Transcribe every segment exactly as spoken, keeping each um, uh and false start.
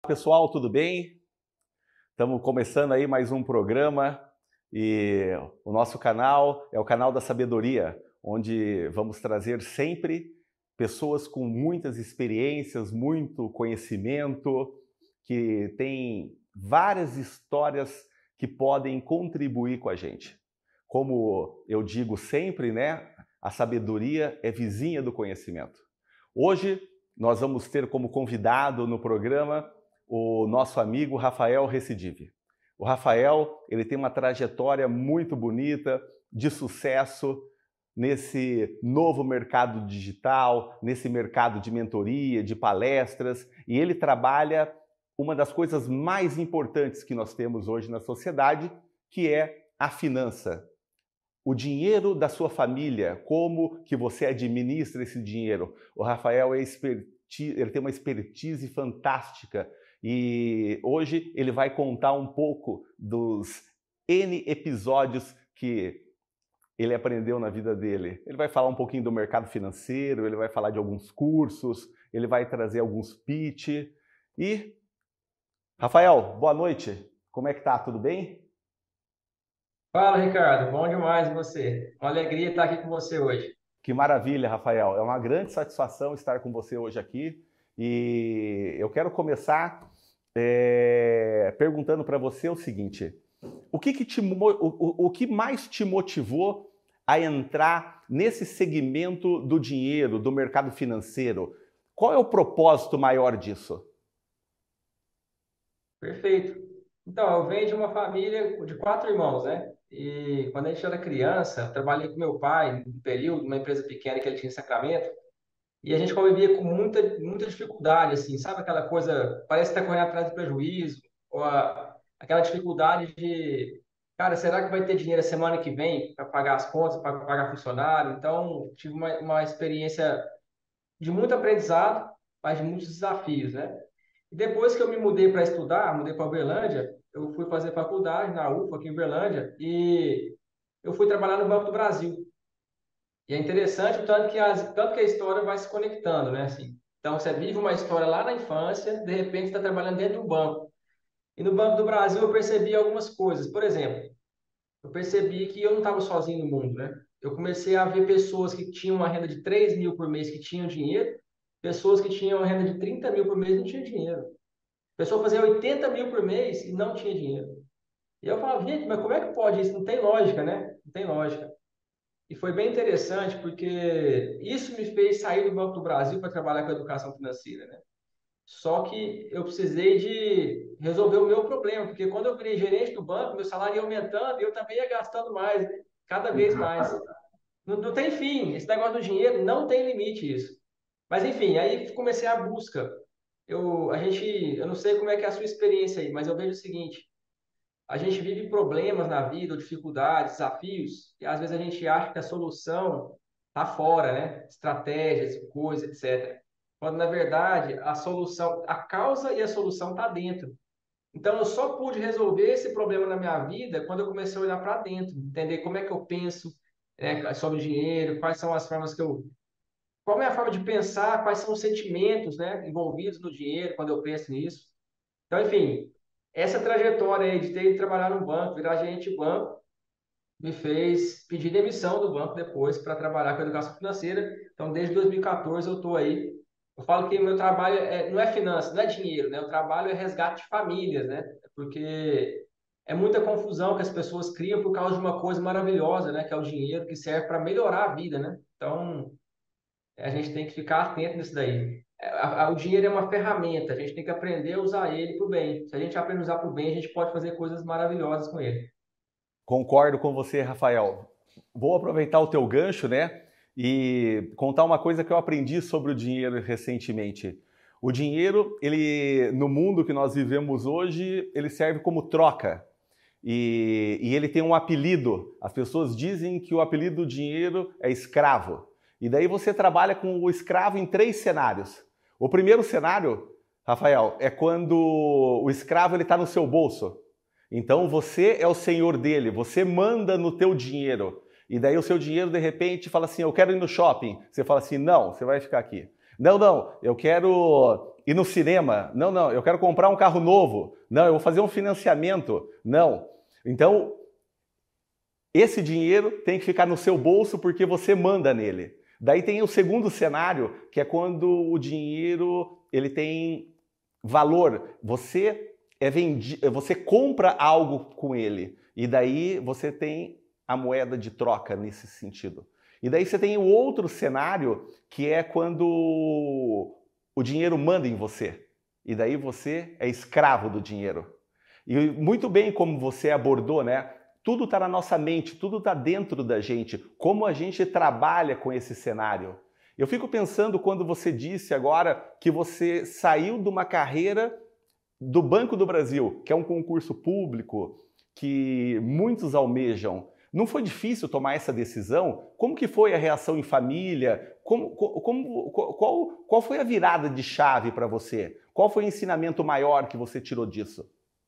Pessoal, tudo bem? Estamos começando aí mais um programa e o nosso canal é o canal da sabedoria, onde vamos trazer sempre pessoas com muitas experiências, muito conhecimento, que têm várias histórias que podem contribuir com a gente. Como eu digo sempre, né? A sabedoria é vizinha do conhecimento. Hoje nós vamos ter como convidado no programa o nosso amigo Rafael Recidive. O Rafael, ele tem uma trajetória muito bonita, de sucesso, nesse novo mercado digital, nesse mercado de mentoria, de palestras, e ele trabalha uma das coisas mais importantes que nós temos hoje na sociedade, que é a finança. O dinheiro da sua família, como que você administra esse dinheiro. O Rafael é expertise, ele tem uma expertise fantástica e hoje ele vai contar um pouco dos N episódios que ele aprendeu na vida dele. Ele vai falar um pouquinho do mercado financeiro, ele vai falar de alguns cursos, ele vai trazer alguns pitch. E, Rafael, boa noite. Como é que tá? Tudo bem? Fala, Ricardo. Bom demais e você. Uma alegria estar aqui com você hoje. Que maravilha, Rafael. É uma grande satisfação estar com você hoje aqui. E eu quero começar é, perguntando para você o seguinte: o que, que te, o, o, o que mais te motivou a entrar nesse segmento do dinheiro, do mercado financeiro? Qual é o propósito maior disso? Perfeito. Então, eu venho de uma família de quatro irmãos, né? E quando a gente era criança, eu trabalhei com meu pai um período, numa empresa pequena que ele tinha em Sacramento, e a gente convivia com muita, muita dificuldade, assim, sabe aquela coisa, parece que está correndo atrás do prejuízo, ou a, aquela dificuldade de, cara, será que vai ter dinheiro a semana que vem para pagar as contas, para pagar funcionário? Então, tive uma, uma experiência de muito aprendizado, mas de muitos desafios, né? E depois que eu me mudei para estudar, mudei para Uberlândia, eu fui fazer faculdade na U F A, aqui em Uberlândia, e eu fui trabalhar no Banco do Brasil. E é interessante o tanto que, as, tanto que a história vai se conectando, né? Assim, então, você vive uma história lá na infância, de repente está trabalhando dentro do banco. E no Banco do Brasil eu percebi algumas coisas. Por exemplo, eu percebi que eu não estava sozinho no mundo, né? Eu comecei a ver pessoas que tinham uma renda de três mil por mês que tinham dinheiro, pessoas que tinham uma renda de trinta mil por mês e não tinham dinheiro. A pessoa fazia oitenta mil por mês e não tinha dinheiro. E eu falava, gente, mas como é que pode isso? Não tem lógica, né? Não tem lógica. E foi bem interessante porque isso me fez sair do Banco do Brasil para trabalhar com educação financeira, né? Só que eu precisei de resolver o meu problema, porque quando eu virei gerente do banco, meu salário ia aumentando e eu também ia gastando mais, né? Cada vez mais. Não, não tem fim, esse negócio do dinheiro não tem limite isso. Mas enfim, aí comecei a busca. Eu, a gente, eu não sei como é que é a sua experiência aí, mas eu vejo o seguinte: a gente vive problemas na vida, ou dificuldades, desafios, e às vezes a gente acha que a solução está fora, né? Estratégias, coisas, etcétera. Quando na verdade a solução, a causa e a solução está dentro. Então eu só pude resolver esse problema na minha vida quando eu comecei a olhar para dentro, entender como é que eu penso, né, sobre dinheiro, quais são as formas que eu, qual é a forma de pensar, quais são os sentimentos, né, envolvidos no dinheiro quando eu penso nisso. Então, enfim, essa trajetória aí de ter ido trabalhar no banco, virar gerente de banco, me fez pedir demissão do banco depois para trabalhar com educação financeira. Então, desde dois mil e quatorze eu estou aí. Eu falo que o meu trabalho é, não é finanças, não é dinheiro, né? O trabalho é resgate de famílias, né? Porque é muita confusão que as pessoas criam por causa de uma coisa maravilhosa, né? Que é o dinheiro, que serve para melhorar a vida, né? Então, a gente tem que ficar atento nisso daí. É, a- a- O dinheiro é uma ferramenta, a gente tem que aprender a usar ele para o bem. Se a gente aprende a usar para o bem, a gente pode fazer coisas maravilhosas com ele. Concordo com você, Rafael. Vou aproveitar o teu gancho, né? E contar uma coisa que eu aprendi sobre o dinheiro recentemente. O dinheiro, ele, no mundo que nós vivemos hoje, ele serve como troca. E, e ele tem um apelido. As pessoas dizem que o apelido do dinheiro é escravo. E daí você trabalha com o escravo em três cenários. O primeiro cenário, Rafael, é quando o escravo ele está no seu bolso. Então você é o senhor dele, você manda no teu dinheiro. E daí o seu dinheiro, de repente, fala assim, eu quero ir no shopping. Você fala assim, não, você vai ficar aqui. Não, não, eu quero ir no cinema. Não, não, eu quero comprar um carro novo. Não, eu vou fazer um financiamento. Não. Então, esse dinheiro tem que ficar no seu bolso porque você manda nele. Daí tem o segundo cenário, que é quando o dinheiro ele tem valor. Você é vendido, você compra algo com ele e daí você tem a moeda de troca nesse sentido. E daí você tem o outro cenário, que é quando o dinheiro manda em você. E daí você é escravo do dinheiro. E muito bem como você abordou, né? Tudo está na nossa mente, tudo está dentro da gente. Como a gente trabalha com esse cenário. Eu fico pensando quando você disse agora que você saiu de uma carreira do Banco do Brasil, que é um concurso público que muitos almejam. Não foi difícil tomar essa decisão? Como que foi a reação em família? Como, como, qual, qual foi a virada de chave para você? Qual foi o ensinamento maior que você tirou disso?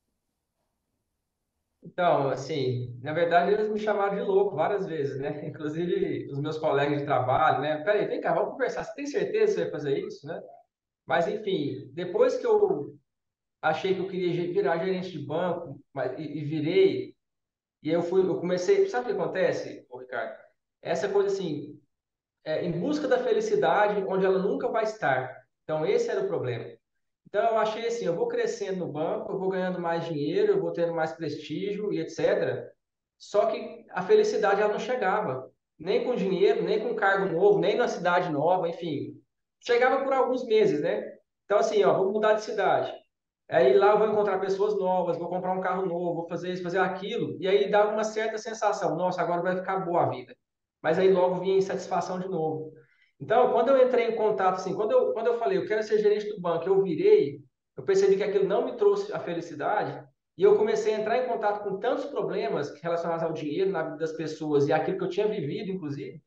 Então, assim, na verdade eles me chamaram de louco várias vezes, né? Inclusive os meus colegas de trabalho, né? Peraí, vem cá, vamos conversar. Você tem certeza que você vai fazer isso, né? Mas, enfim, depois que eu achei que eu queria ge- virar gerente de banco, mas, e, e virei, e eu fui, eu comecei, sabe o que acontece, ô Ricardo? Essa coisa assim, é, em busca da felicidade onde ela nunca vai estar. Então, esse era o problema. Então, eu achei assim, eu vou crescendo no banco, eu vou ganhando mais dinheiro, eu vou tendo mais prestígio e etcétera. Só que a felicidade ela não chegava, nem com dinheiro, nem com cargo novo, nem na cidade nova, enfim. Chegava por alguns meses, né? Então, assim, ó, vou mudar de cidade. Aí lá eu vou encontrar pessoas novas, vou comprar um carro novo, vou fazer isso, fazer aquilo. E aí dá uma certa sensação, nossa, agora vai ficar boa a vida. Mas aí logo vinha a insatisfação de novo. Então, quando eu entrei em contato, assim, quando eu, quando eu falei, eu quero ser gerente do banco, eu virei, eu percebi que aquilo não me trouxe a felicidade, e eu comecei a entrar em contato com tantos problemas relacionados ao dinheiro na vida das pessoas e aquilo que eu tinha vivido, inclusive,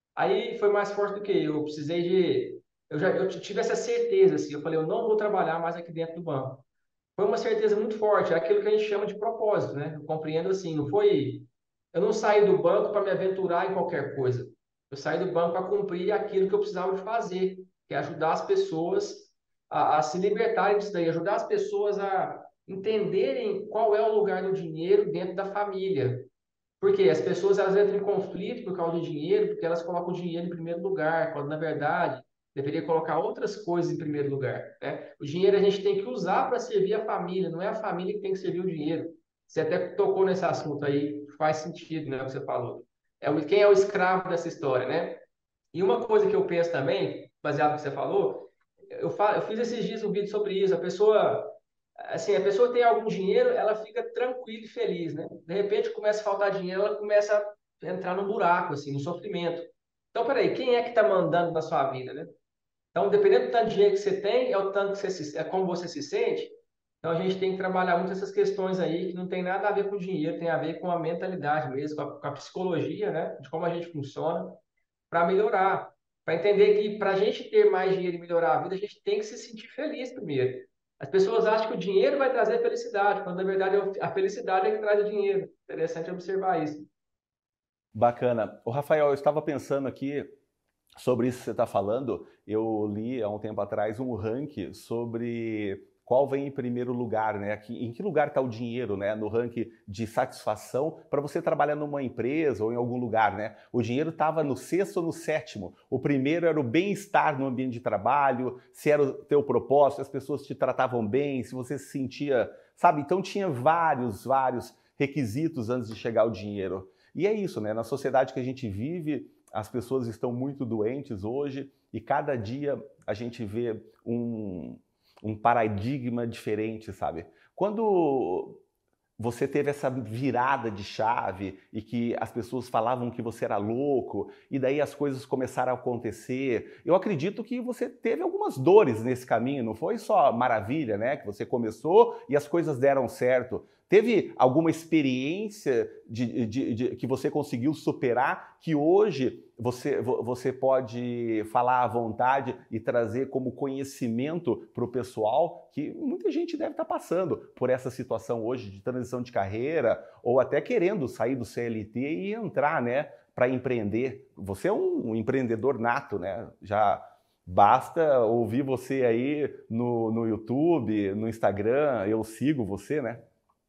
aí foi mais forte do que eu. Eu precisei de. Eu já eu tive essa certeza, assim, eu falei, eu não vou trabalhar mais aqui dentro do banco. Foi uma certeza muito forte, é aquilo que a gente chama de propósito, né? Eu compreendo assim, não foi. Eu não saí do banco para me aventurar em qualquer coisa. Eu saí do banco para cumprir aquilo que eu precisava de fazer, que é ajudar as pessoas a, a se libertarem disso daí, ajudar as pessoas a entenderem qual é o lugar do dinheiro dentro da família. Porque as pessoas elas entram em conflito por causa do dinheiro, porque elas colocam o dinheiro em primeiro lugar, quando na verdade deveria colocar outras coisas em primeiro lugar, né? O dinheiro a gente tem que usar para servir a família, não é a família que tem que servir o dinheiro. Você até tocou nesse assunto aí, faz sentido, né, o que você falou. É o, quem é o escravo dessa história, né? E uma coisa que eu penso também, baseado no que você falou, eu, fa eu fiz esses dias um vídeo sobre isso. A pessoa assim, a pessoa tem algum dinheiro, ela fica tranquila e feliz, né? De repente começa a faltar dinheiro, ela começa a entrar num buraco, assim, no sofrimento. Então, peraí, quem é que está mandando na sua vida, né? Então, dependendo do tanto de dinheiro que você tem, é o tanto que você se, é como você se sente. Então, a gente tem que trabalhar muito essas questões aí que não tem nada a ver com dinheiro, tem a ver com a mentalidade mesmo, com a, com a psicologia, né? De como a gente funciona para melhorar, para entender que para a gente ter mais dinheiro e melhorar a vida, a gente tem que se sentir feliz primeiro. As pessoas acham que o dinheiro vai trazer felicidade, quando na verdade a felicidade é que traz o dinheiro. Interessante observar isso. Bacana. O Rafael, eu estava pensando aqui sobre isso que você está falando. Eu li há um tempo atrás um ranking sobre qual vem em primeiro lugar, né? Aqui, em que lugar está o dinheiro, né? No ranking de satisfação para você trabalhar numa empresa ou em algum lugar, né? O dinheiro estava no sexto ou no sétimo. O primeiro era o bem-estar no ambiente de trabalho, se era o teu propósito, se as pessoas te tratavam bem, se você se sentia, sabe? Então tinha vários, vários requisitos antes de chegar ao dinheiro. E é isso, né? Na sociedade que a gente vive, as pessoas estão muito doentes hoje e cada dia a gente vê um, um paradigma diferente, sabe? Quando você teve essa virada de chave e que as pessoas falavam que você era louco e daí as coisas começaram a acontecer. Eu acredito que você teve algumas dores nesse caminho, não foi só maravilha, né? Que você começou e as coisas deram certo. Teve alguma experiência de, de, de, que você conseguiu superar que hoje você, você pode falar à vontade e trazer como conhecimento para o pessoal, que muita gente deve estar passando por essa situação hoje de transição de carreira ou até querendo sair do C L T e entrar, né, para empreender. Você é um, um empreendedor nato, né? Já Basta ouvir você aí no, no YouTube, no Instagram, eu sigo você, né?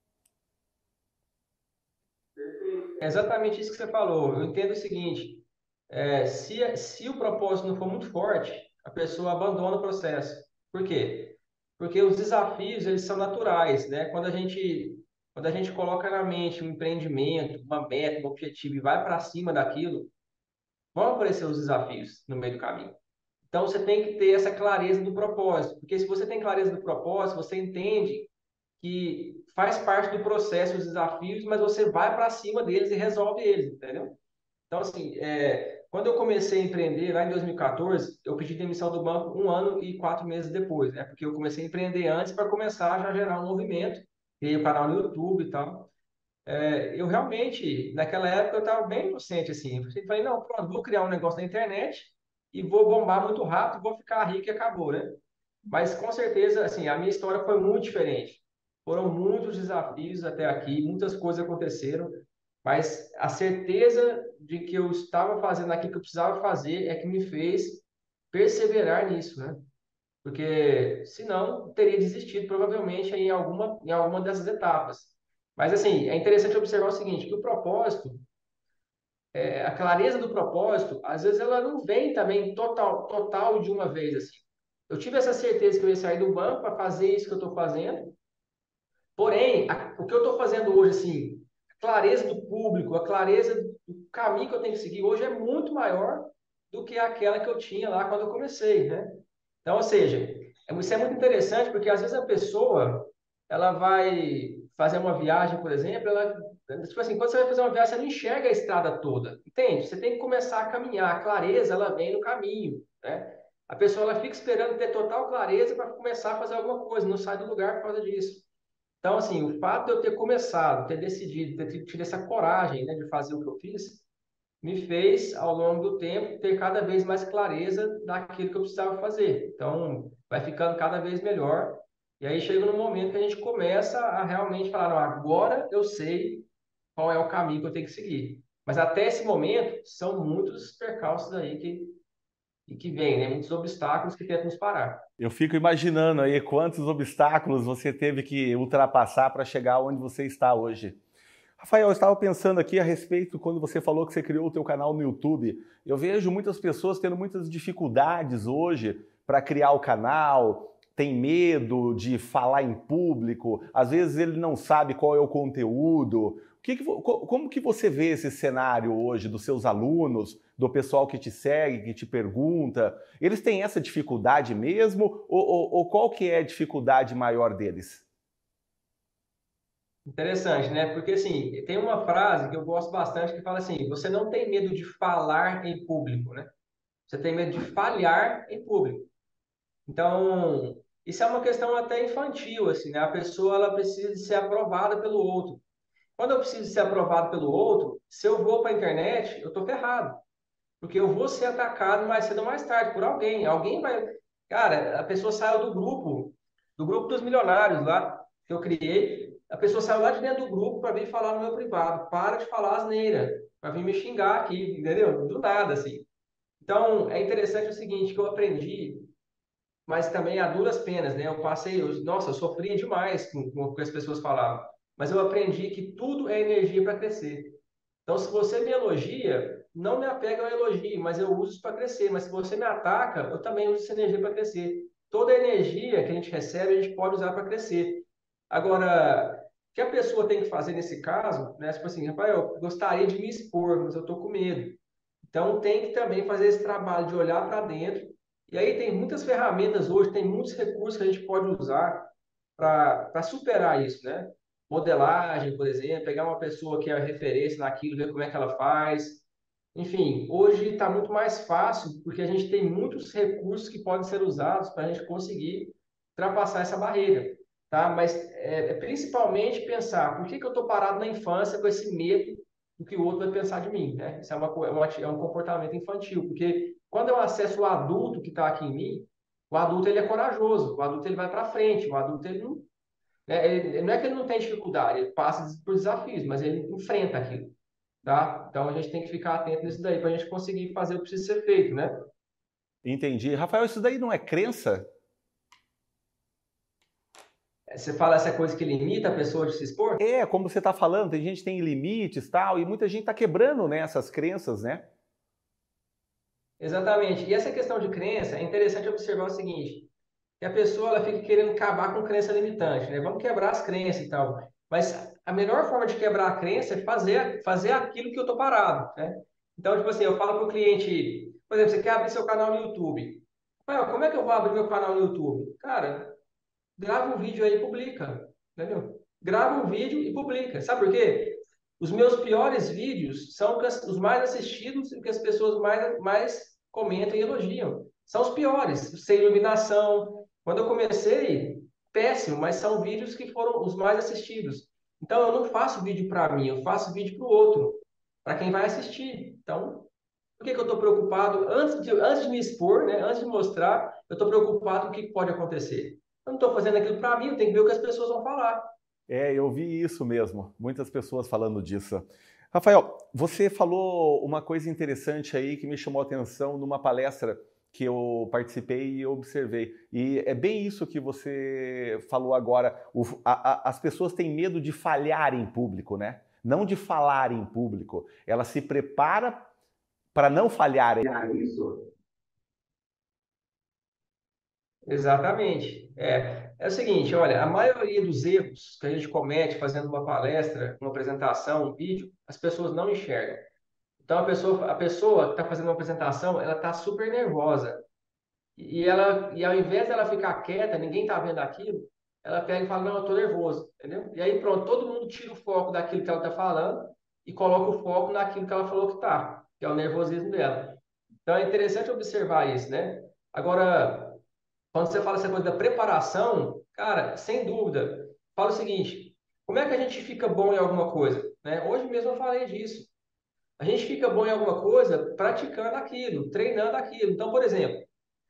É exatamente isso que você falou. Eu entendo o seguinte: é, se, se o propósito não for muito forte, a pessoa abandona o processo. Por quê? Porque os desafios, eles são naturais, né? Quando a gente, quando a gente coloca na mente um empreendimento, uma meta, um objetivo e vai para cima daquilo, vão aparecer os desafios no meio do caminho. Então, você tem que ter essa clareza do propósito, porque se você tem clareza do propósito, você entende que faz parte do processo os desafios, mas você vai para cima deles e resolve eles, entendeu? Então, assim, é, quando eu comecei a empreender lá em dois mil e quatorze, eu pedi demissão do banco um ano e quatro meses depois, né? Porque eu comecei a empreender antes para começar a já gerar um movimento, criei o canal no YouTube e tal. É, eu realmente, naquela época, eu estava bem inocente, assim. Eu falei, não, pronto, vou criar um negócio na internet e vou bombar muito rápido, vou ficar rico e acabou, né? Mas com certeza, assim, a minha história foi muito diferente. Foram muitos desafios até aqui, muitas coisas aconteceram, mas a certeza de que eu estava fazendo aquilo que eu precisava fazer é que me fez perseverar nisso, né? Porque senão eu teria desistido provavelmente em alguma em alguma dessas etapas. Mas assim, é interessante observar o seguinte, que o propósito, é, a clareza do propósito, às vezes ela não vem também total total de uma vez assim. Eu tive essa certeza que eu ia sair do banco para fazer isso que eu estou fazendo. Porém, a, o que eu estou fazendo hoje, assim, a clareza do público, a clareza do caminho que eu tenho que seguir hoje é muito maior do que aquela que eu tinha lá quando eu comecei, né? Então, ou seja, é- isso é muito interessante porque às vezes a pessoa ela vai fazer uma viagem, por exemplo, ela, tipo assim, quando você vai fazer uma viagem, você não enxerga a estrada toda, entende? Você tem que começar a caminhar. A clareza, ela vem no caminho, né? A pessoa ela fica esperando ter total clareza para começar a fazer alguma coisa, não sai do lugar por causa disso. Então, assim, o fato de eu ter começado, ter decidido, ter tido essa coragem, né, de fazer o que eu fiz, me fez, ao longo do tempo, ter cada vez mais clareza daquilo que eu precisava fazer. Então, vai ficando cada vez melhor. E aí chega no momento que a gente começa a realmente falar, não, agora eu sei qual é o caminho que eu tenho que seguir. Mas até esse momento, são muitos percalços aí que, e que vêm, né? Muitos obstáculos que tentam nos parar. Eu fico imaginando aí quantos obstáculos você teve que ultrapassar para chegar onde você está hoje. Rafael, eu estava pensando aqui a respeito quando você falou que você criou o teu canal no YouTube. Eu vejo muitas pessoas tendo muitas dificuldades hoje para criar o canal, tem medo de falar em público, às vezes ele não sabe qual é o conteúdo. O que que como que você vê esse cenário hoje dos seus alunos, do pessoal que te segue, que te pergunta? Eles têm essa dificuldade mesmo ou, ou, ou qual que é a dificuldade maior deles? Interessante, né? Porque assim, tem uma frase que eu gosto bastante que fala assim: você não tem medo de falar em público, né? Você tem medo de falhar em público. Então, isso é uma questão até infantil, assim, né? A pessoa ela precisa de ser aprovada pelo outro. Quando eu preciso ser aprovado pelo outro, se eu vou para a internet, eu tô ferrado, porque eu vou ser atacado mais cedo ou mais tarde por alguém. Alguém vai, cara, a pessoa saiu do grupo, do grupo dos milionários lá que eu criei. A pessoa saiu lá de dentro do grupo para vir falar no meu privado. Para de falar asneira, para vir me xingar aqui, entendeu? Do nada, assim. Então, é interessante o seguinte, que eu aprendi, mas também a duras penas, né? Eu passei, eu, nossa, eu sofria demais com, com o que as pessoas falavam, mas eu aprendi que tudo é energia para crescer. Então, se você me elogia, não me apega ao elogio, mas eu uso isso para crescer. Mas se você me ataca, eu também uso essa energia para crescer. Toda energia que a gente recebe, a gente pode usar para crescer. Agora, o que a pessoa tem que fazer nesse caso, né? Tipo assim, Rafael, eu gostaria de me expor, mas eu estou com medo. Então, tem que também fazer esse trabalho de olhar para dentro. E aí tem muitas ferramentas hoje, tem muitos recursos que a gente pode usar para superar isso, né? Modelagem, por exemplo, pegar uma pessoa que é referência naquilo, ver como é que ela faz. Enfim, hoje está muito mais fácil porque a gente tem muitos recursos que podem ser usados para a gente conseguir ultrapassar essa barreira, tá? Mas é, é principalmente pensar por que, que eu estou parado na infância com esse medo do que o outro vai pensar de mim, né? Isso é, uma, é, uma, é um comportamento infantil, porque quando eu acesso o adulto que está aqui em mim, o adulto ele é corajoso, o adulto ele vai para frente, o adulto ele não, né, ele, não é que ele não tem dificuldade, ele passa por desafios, mas ele enfrenta aquilo, tá? Então a gente tem que ficar atento nisso daí para a gente conseguir fazer o que precisa ser feito, né? Entendi. Rafael, isso daí não é crença? Você fala essa coisa que limita a pessoa de se expor? É, como você está falando, tem gente que tem limites e tal, e muita gente está quebrando, né, essas crenças, né? Exatamente. E essa questão de crença, é interessante observar o seguinte, que a pessoa ela fica querendo acabar com crença limitante, né? Vamos quebrar as crenças e tal. Mas a melhor forma de quebrar a crença é fazer, fazer aquilo que eu tô parado, né? Então, tipo assim, eu falo para o cliente, por exemplo, você quer abrir seu canal no YouTube. Rafael, como é que eu vou abrir meu canal no YouTube? Cara, grava um vídeo aí e publica, entendeu? Grava um vídeo e publica. Sabe por quê? Os meus piores vídeos são os mais assistidos e que as pessoas mais, mais comentam e elogiam. São os piores, sem iluminação. Quando eu comecei, péssimo, mas são vídeos que foram os mais assistidos. Então, eu não faço vídeo para mim, eu faço vídeo para o outro, para quem vai assistir. Então, por que que eu estou preocupado? Antes de, antes de me expor, né, antes de mostrar, eu estou preocupado com o que pode acontecer. Eu não estou fazendo aquilo para mim, eu tenho que ver o que as pessoas vão falar. É, eu vi isso mesmo, muitas pessoas falando disso. Rafael, você falou uma coisa interessante aí que me chamou a atenção numa palestra que eu participei e eu observei. E é bem isso que você falou agora. O, a, a, as pessoas têm medo de falhar em público, né? Não de falar em público. Ela se prepara para não falhar. É isso. Exatamente. É, é o seguinte, olha, a maioria dos erros que a gente comete fazendo uma palestra, uma apresentação, um vídeo, as pessoas não enxergam. Então a pessoa, a pessoa que está fazendo uma apresentação, ela está super nervosa. E ela, e ao invés dela ficar quieta, ninguém está vendo aquilo, ela pega e fala, não, eu estou nervoso, entendeu? E aí pronto, todo mundo tira o foco daquilo que ela está falando e coloca o foco naquilo que ela falou que está, que é o nervosismo dela. Então é interessante observar isso, né? Agora, quando você fala essa coisa da preparação, cara, sem dúvida, fala o seguinte, como é que a gente fica bom em alguma coisa, né? Hoje mesmo eu falei disso. A gente fica bom em alguma coisa praticando aquilo, treinando aquilo. Então, por exemplo,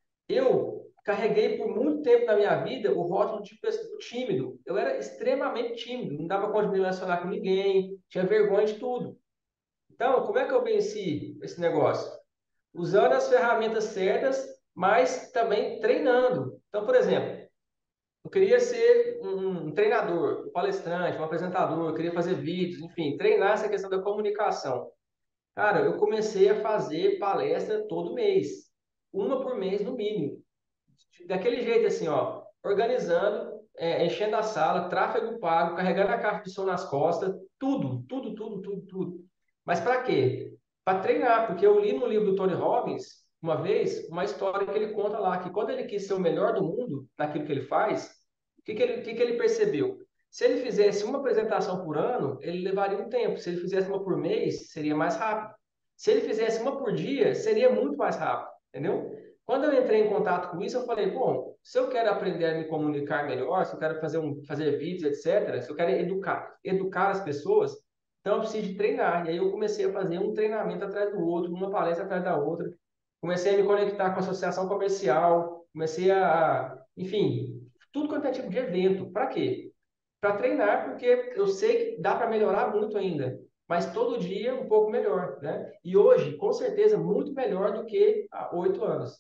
eu carreguei por muito tempo na minha vida o rótulo de pessoa tímido. Eu era extremamente tímido, não dava conta de me relacionar com ninguém, tinha vergonha de tudo. Então, como é que eu venci esse negócio? Usando as ferramentas certas, mas também treinando. Então, por exemplo, eu queria ser um, um treinador, um palestrante, um apresentador, eu queria fazer vídeos, enfim, treinar essa questão da comunicação. Cara, eu comecei a fazer palestra todo mês, uma por mês no mínimo. Daquele jeito assim, ó, organizando, é, enchendo a sala, tráfego pago, carregando a caixa de som nas costas, tudo, tudo, tudo, tudo, tudo. Mas para quê? Para treinar, porque eu li no livro do Tony Robbins, uma vez, uma história que ele conta lá, que quando ele quis ser o melhor do mundo naquilo que ele faz, o que, que, ele, que, que ele percebeu? Se ele fizesse uma apresentação por ano, ele levaria um tempo. Se ele fizesse uma por mês, seria mais rápido. Se ele fizesse uma por dia, seria muito mais rápido, entendeu? Quando eu entrei em contato com isso, eu falei, bom, se eu quero aprender a me comunicar melhor, se eu quero fazer, um, fazer vídeos, etcétera, se eu quero educar, educar as pessoas, então eu preciso de treinar. E aí eu comecei a fazer um treinamento atrás do outro, uma palestra atrás da outra. Comecei a me conectar com a associação comercial, comecei a, enfim, tudo quanto é tipo de evento. Para quê? Para treinar, porque eu sei que dá para melhorar muito ainda, mas todo dia um pouco melhor, né? E hoje, com certeza, muito melhor do que há oito anos.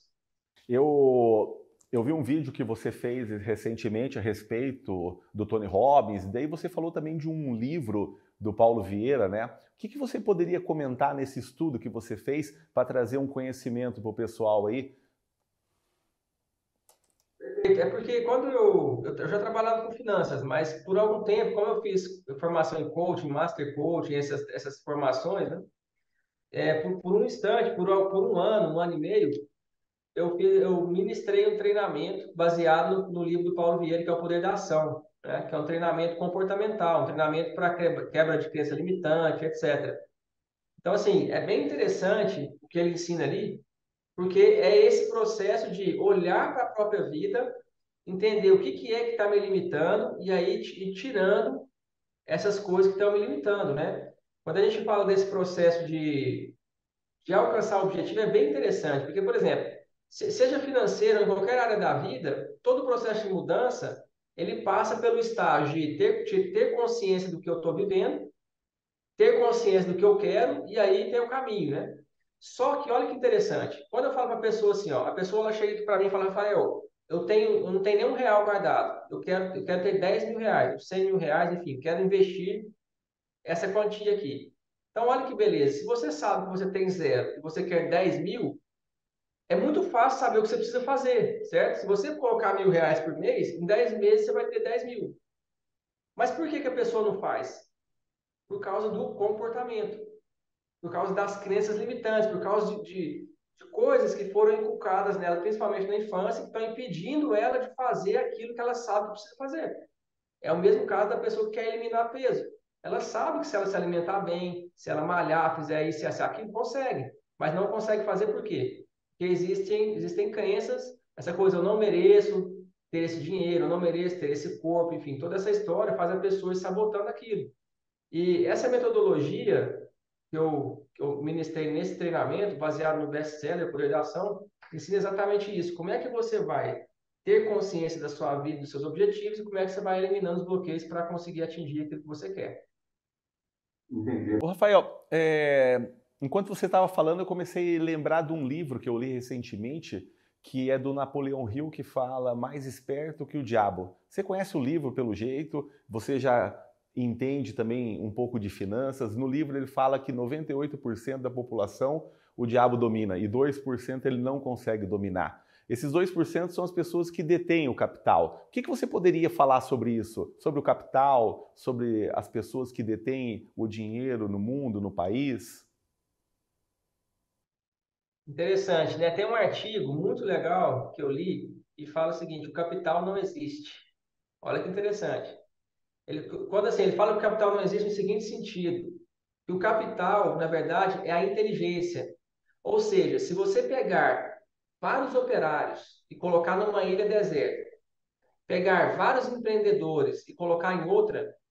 Eu, eu vi um vídeo que você fez recentemente a respeito do Tony Robbins, daí você falou também de um livro do Paulo Vieira, né? O que, que você poderia comentar nesse estudo que você fez para trazer um conhecimento para o pessoal aí? É porque quando eu, eu já trabalhava com finanças, mas por algum tempo, como eu fiz formação em coaching, master coaching, essas, essas formações, né? É, por, por um instante, por, por um ano, um ano e meio, eu, fiz, eu ministrei um treinamento baseado no, no livro do Paulo Vieira, que é o Poder da Ação, né? Que é um treinamento comportamental, um treinamento para quebra, quebra de crença limitante, etcétera. Então, assim, é bem interessante o que ele ensina ali, porque é esse processo de olhar para a própria vida, entender o que, que é que está me limitando e aí ir tirando essas coisas que estão me limitando, né? Quando a gente fala desse processo de, de alcançar o objetivo, é bem interessante, porque, por exemplo, seja financeiro ou em qualquer área da vida, todo processo de mudança, ele passa pelo estágio de ter, de ter consciência do que eu estou vivendo, ter consciência do que eu quero, e aí tem o caminho, né? Só que olha que interessante. Quando eu falo para a pessoa assim, ó, a pessoa ela chega para mim e fala, Rafael, eu tenho, eu não tenho nenhum real guardado. Eu quero, eu quero ter dez mil reais, cem mil reais, enfim, quero investir essa quantia aqui. Então, olha que beleza. Se você sabe que você tem zero e você quer dez mil, é muito fácil saber o que você precisa fazer, certo? Se você colocar mil reais por mês, em dez meses você vai ter dez mil. Mas por que que a pessoa não faz? Por causa do comportamento, por causa das crenças limitantes, por causa de, de, de coisas que foram inculcadas nela, principalmente na infância, que estão impedindo ela de fazer aquilo que ela sabe que precisa fazer. É o mesmo caso da pessoa que quer eliminar peso. Ela sabe que se ela se alimentar bem, se ela malhar, fizer isso e aquilo, consegue. Mas não consegue fazer por quê? Porque existem, existem crenças, essa coisa, eu não mereço ter esse dinheiro, eu não mereço ter esse corpo, enfim, toda essa história faz a pessoa ir sabotando aquilo. E essa metodologia que eu, que eu ministrei nesse treinamento, baseado no best-seller Poder da Ação, ensina exatamente isso. Como é que você vai ter consciência da sua vida, dos seus objetivos e como é que você vai eliminando os bloqueios para conseguir atingir aquilo que você quer. Ô, Rafael, é, enquanto você estava falando, eu comecei a lembrar de um livro que eu li recentemente, que é do Napoleão Hill, que fala Mais Esperto que o Diabo. Você conhece o livro pelo jeito, você já entende também um pouco de finanças. No livro ele fala que noventa e oito por cento da população o diabo domina e dois por cento ele não consegue dominar. Esses dois por cento são as pessoas que detêm o capital. O que, que você poderia falar sobre isso? Sobre o capital, sobre as pessoas que detêm o dinheiro no mundo, no país? Interessante, né? Tem um artigo muito legal que eu li e fala o seguinte: o capital não existe. Olha que interessante. Ele, quando assim, ele fala que o capital não existe no seguinte sentido: que o capital, na verdade, é a inteligência. Ou seja, se você pegar vários operários e colocar numa ilha deserta, pegar vários empreendedores e colocar em outra, o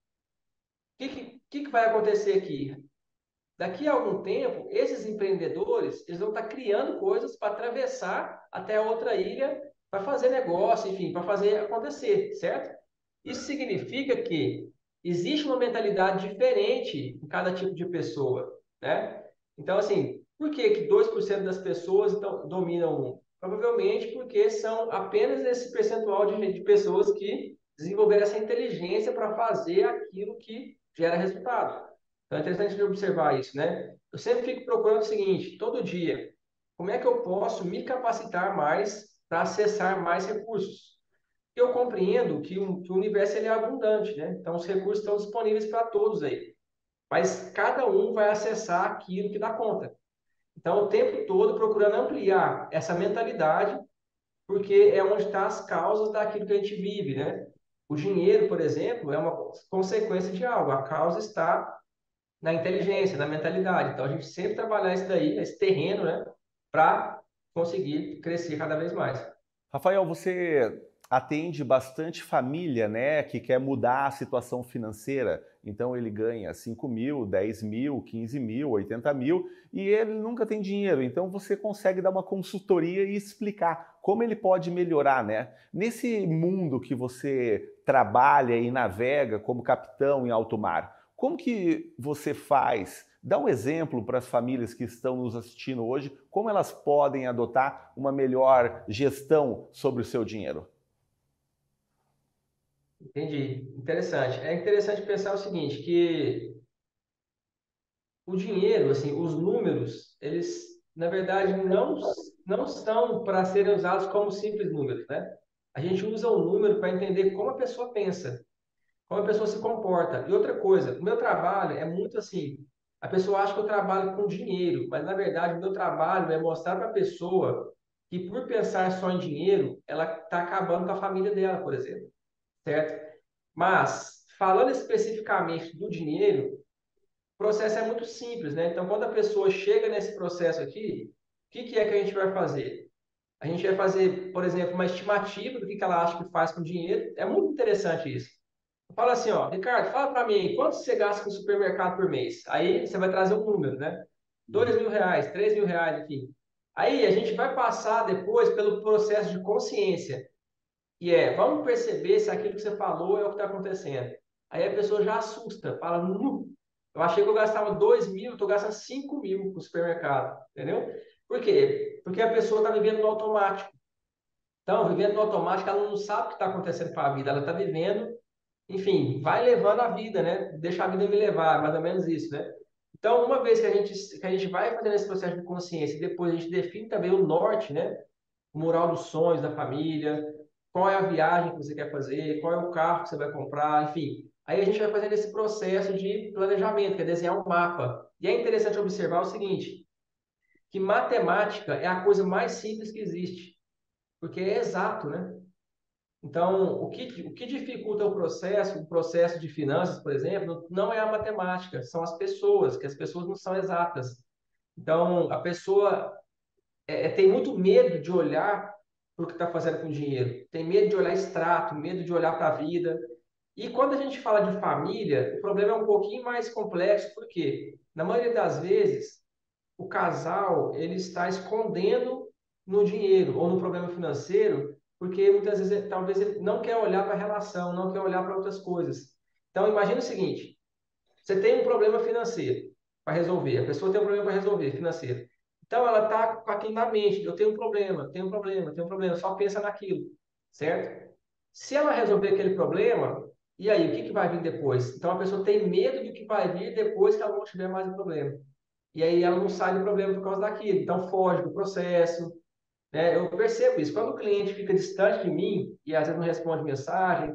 que, que, que vai acontecer aqui? Daqui a algum tempo, esses empreendedores eles vão estar criando coisas para atravessar até a outra ilha, para fazer negócio, enfim, para fazer acontecer, certo? Isso significa que existe uma mentalidade diferente em cada tipo de pessoa, né? Então, assim, por que que dois por cento das pessoas então, dominam o mundo? Provavelmente porque são apenas esse percentual de, de pessoas que desenvolveram essa inteligência para fazer aquilo que gera resultado. Então, é interessante de observar isso, né? Eu sempre fico procurando o seguinte, todo dia, como é que eu posso me capacitar mais para acessar mais recursos? Eu compreendo que o, que o universo ele é abundante, né? Então, os recursos estão disponíveis para todos aí. Mas cada um vai acessar aquilo que dá conta. Então, o tempo todo procurando ampliar essa mentalidade, porque é onde estão as causas daquilo que a gente vive, né? O dinheiro, por exemplo, é uma consequência de algo. A causa está na inteligência, na mentalidade. Então, a gente sempre trabalhar isso daí, esse terreno, né? Para conseguir crescer cada vez mais. Rafael, você atende bastante família, né, que quer mudar a situação financeira. Então ele ganha cinco mil, dez mil, quinze mil, oitenta mil e ele nunca tem dinheiro. Então você consegue dar uma consultoria e explicar como ele pode melhorar, né? Nesse mundo que você trabalha e navega como capitão em alto mar, como que você faz? Dá um exemplo para as famílias que estão nos assistindo hoje, como elas podem adotar uma melhor gestão sobre o seu dinheiro. Entendi. Interessante. É interessante pensar o seguinte, que o dinheiro, assim, os números, eles, na verdade, não, não são para serem usados como simples números, né? A gente usa o número para entender como a pessoa pensa, como a pessoa se comporta. E outra coisa, o meu trabalho é muito assim, a pessoa acha que eu trabalho com dinheiro, mas na verdade o meu trabalho é mostrar para a pessoa que por pensar só em dinheiro, ela está acabando com a família dela, por exemplo, certo? Mas, falando especificamente do dinheiro, o processo é muito simples, né? Então, quando a pessoa chega nesse processo aqui, o que, que é que a gente vai fazer? A gente vai fazer, por exemplo, uma estimativa do que, que ela acha que faz com o dinheiro. É muito interessante isso. Fala assim, ó, Ricardo, fala para mim, quanto você gasta com o supermercado por mês? Aí você vai trazer um número, né? Dois mil reais, três mil reais, enfim. Aí a gente vai passar depois pelo processo de consciência. E é, vamos perceber se aquilo que você falou é o que está acontecendo. Aí a pessoa já assusta, fala, nu. Eu achei que eu gastava dois mil, estou gastando cinco mil com o supermercado, entendeu? Por quê? Porque a pessoa está vivendo no automático. Então, vivendo no automático, ela não sabe o que está acontecendo com a vida, ela está vivendo, enfim, vai levando a vida, né? Deixa a vida me levar, mais ou menos isso, né? Então, uma vez que a gente, que a gente vai fazendo esse processo de consciência, e depois a gente define também o norte, né? O mural dos sonhos da família, qual é a viagem que você quer fazer, qual é o carro que você vai comprar, enfim. Aí a gente vai fazendo esse processo de planejamento, que é desenhar um mapa. E é interessante observar o seguinte, que matemática é a coisa mais simples que existe, porque é exato, né? Então, o que, o que dificulta o processo, o processo de finanças, por exemplo, não é a matemática, são as pessoas, que as pessoas não são exatas. Então, a pessoa é, é, tem muito medo de olhar para o que está fazendo com o dinheiro, tem medo de olhar extrato, medo de olhar para a vida. E quando a gente fala de família, o problema é um pouquinho mais complexo, porque na maioria das vezes o casal ele está escondendo no dinheiro ou no problema financeiro, porque muitas vezes talvez ele não quer olhar para a relação, não quer olhar para outras coisas. Então imagine o seguinte: você tem um problema financeiro para resolver, a pessoa tem um problema para resolver financeiro. Então ela está com aquilo na mente, eu tenho um problema, tenho um problema, tenho um problema, só pensa naquilo, certo? Se ela resolver aquele problema, e aí, o que, que vai vir depois? Então a pessoa tem medo do que vai vir depois que ela não tiver mais o problema. E aí ela não sai do problema por causa daquilo, então foge do processo, né? Eu percebo isso. Quando o cliente fica distante de mim e às vezes não responde mensagem,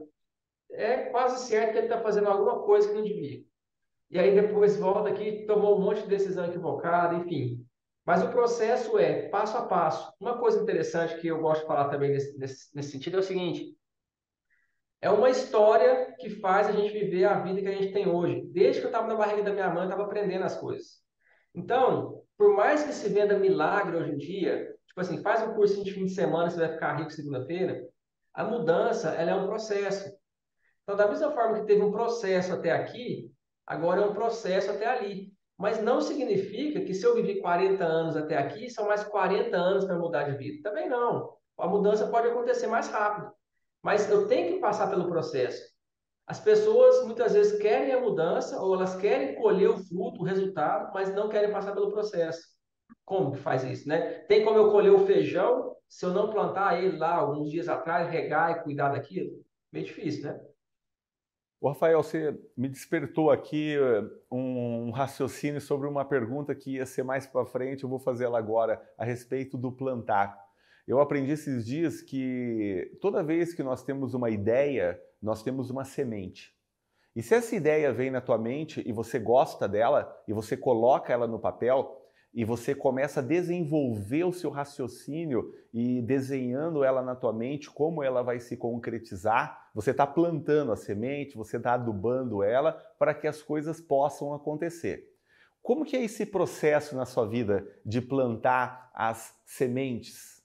é quase certo que ele está fazendo alguma coisa que não devia. E aí depois volta aqui, tomou um monte de decisão equivocada, enfim. Mas o processo é passo a passo. Uma coisa interessante que eu gosto de falar também nesse, nesse, nesse sentido é o seguinte: é uma história que faz a gente viver a vida que a gente tem hoje. Desde que eu estava na barriga da minha mãe, eu estava aprendendo as coisas. Então, por mais que se venda milagre hoje em dia, tipo assim, faz um curso de fim de semana, você vai ficar rico segunda-feira, a mudança, ela é um processo. Então, da mesma forma que teve um processo até aqui, agora é um processo até ali. Mas não significa que se eu vivi quarenta anos até aqui, são mais quarenta anos para mudar de vida. Também não. A mudança pode acontecer mais rápido. Mas eu tenho que passar pelo processo. As pessoas muitas vezes querem a mudança ou elas querem colher o fruto, o resultado, mas não querem passar pelo processo. Como que faz isso, né? Tem como eu colher o feijão se eu não plantar ele lá alguns dias atrás, regar e cuidar daquilo? Meio difícil, né? O Rafael, você me despertou aqui eh, um, um raciocínio sobre uma pergunta que ia ser mais para frente, eu vou fazer ela agora, a respeito do plantar. Eu aprendi esses dias que toda vez que nós temos uma ideia, nós temos uma semente. E se essa ideia vem na tua mente e você gosta dela, e você coloca ela no papel, e você começa a desenvolver o seu raciocínio e desenhando ela na tua mente, como ela vai se concretizar, você está plantando a semente, você está adubando ela para que as coisas possam acontecer. Como que é esse processo na sua vida de plantar as sementes?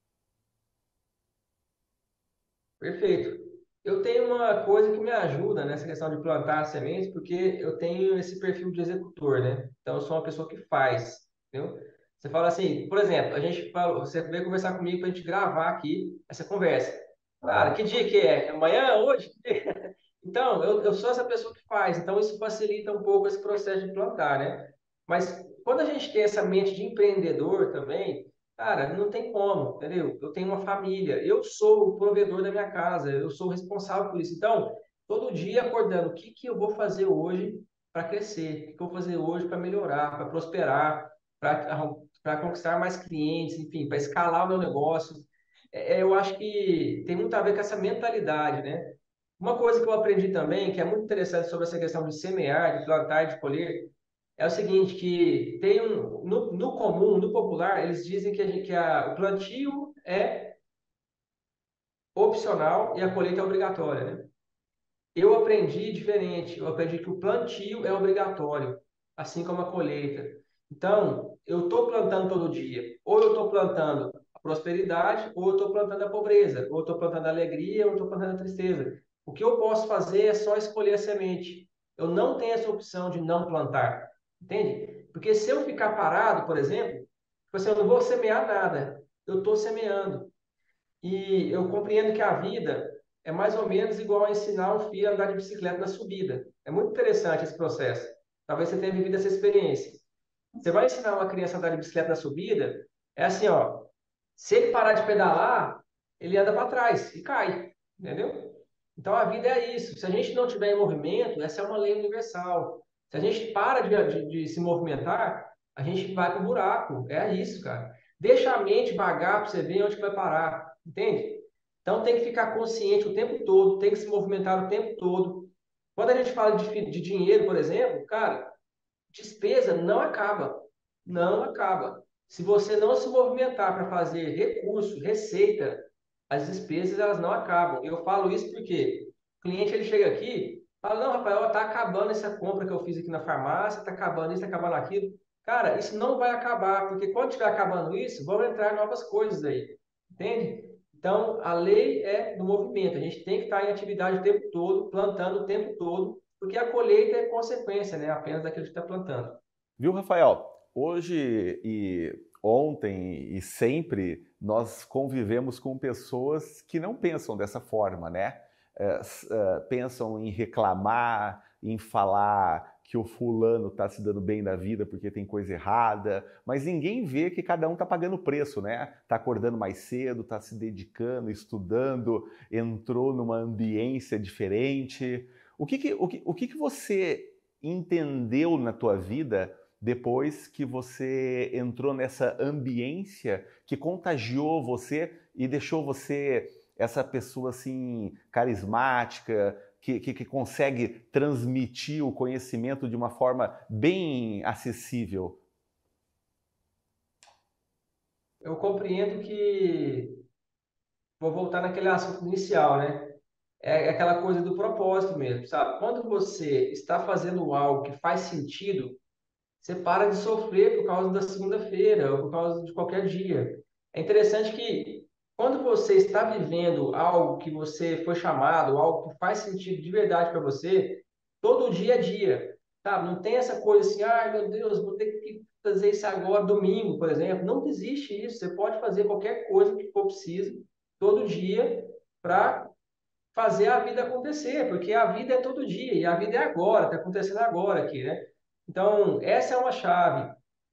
Perfeito. Eu tenho uma coisa que me ajuda nessa questão de plantar sementes, porque eu tenho esse perfil de executor, né? Então, eu sou uma pessoa que faz, entendeu? Você fala assim, por exemplo, a gente fala, você veio conversar comigo para a gente gravar aqui essa conversa. Cara, que dia que é? Amanhã? Hoje? Então, eu, eu sou essa pessoa que faz, então isso facilita um pouco esse processo de plantar, né? Mas quando a gente tem essa mente de empreendedor também, cara, não tem como, entendeu? Eu tenho uma família, eu sou o provedor da minha casa, eu sou o responsável por isso. Então, todo dia acordando, o que que eu vou fazer hoje para crescer? O que que eu vou fazer hoje para melhorar, para prosperar, para para conquistar mais clientes, enfim, para escalar o meu negócio? É, eu acho que tem muito a ver com essa mentalidade, né? Uma coisa que eu aprendi também, que é muito interessante sobre essa questão de semear, de plantar, de colher, é o seguinte, que tem um, no, no comum, no popular, eles dizem que, a gente, que a, o plantio é opcional e a colheita é obrigatória, né? Eu aprendi diferente, eu aprendi que o plantio é obrigatório, assim como a colheita. Então, eu estou plantando todo dia, ou eu estou plantando a prosperidade, ou eu estou plantando a pobreza, ou eu estou plantando a alegria, ou eu estou plantando a tristeza. O que eu posso fazer é só escolher a semente. Eu não tenho essa opção de não plantar, entende? Porque se eu ficar parado, por exemplo, você eu não vou semear nada, eu estou semeando. E eu compreendo que a vida é mais ou menos igual a ensinar um filho a andar de bicicleta na subida. É muito interessante esse processo. Talvez você tenha vivido essa experiência. Você vai ensinar uma criança a andar de bicicleta na subida, é assim, ó, se ele parar de pedalar, ele anda para trás e cai, entendeu? Então a vida é isso. Se a gente não tiver em movimento, essa é uma lei universal. Se a gente para de, de, de se movimentar, a gente vai para o buraco. É isso, cara. Deixa a mente vagar para você ver onde que vai parar, entende? Então tem que ficar consciente o tempo todo, tem que se movimentar o tempo todo. Quando a gente fala de, de dinheiro, por exemplo, cara, despesa não acaba. Não acaba. Se você não se movimentar para fazer recurso, receita, as despesas elas não acabam. Eu falo isso porque o cliente ele chega aqui, fala: "Não, Rafael, tá acabando essa compra que eu fiz aqui na farmácia, tá acabando isso, tá acabando aquilo". Cara, isso não vai acabar, porque quando estiver acabando isso, vão entrar novas coisas aí. Entende? Então, a lei é do movimento. A gente tem que estar em atividade o tempo todo, plantando o tempo todo, porque a colheita é consequência, né, apenas daquilo que está plantando. Viu, Rafael? Hoje e ontem e sempre nós convivemos com pessoas que não pensam dessa forma, né? É, s- é, pensam em reclamar, em falar que o fulano está se dando bem na vida porque tem coisa errada, mas ninguém vê que cada um está pagando preço, né? Está acordando mais cedo, está se dedicando, estudando, entrou numa ambiência diferente. O que que, o que, o que que você entendeu na tua vida depois que você entrou nessa ambiência que contagiou você e deixou você essa pessoa assim carismática, que, que, que consegue transmitir o conhecimento de uma forma bem acessível? Eu compreendo que vou voltar naquele assunto inicial, né? É aquela coisa do propósito mesmo, sabe? Quando você está fazendo algo que faz sentido, você para de sofrer por causa da segunda-feira ou por causa de qualquer dia. É interessante que quando você está vivendo algo que você foi chamado, algo que faz sentido de verdade para você, todo dia é dia, sabe? Não tem essa coisa assim, ai meu Deus, vou ter que fazer isso agora, domingo, por exemplo. Não existe isso. Você pode fazer qualquer coisa que for preciso, todo dia, para fazer a vida acontecer, porque a vida é todo dia e a vida é agora, está acontecendo agora aqui, né? Então, essa é uma chave.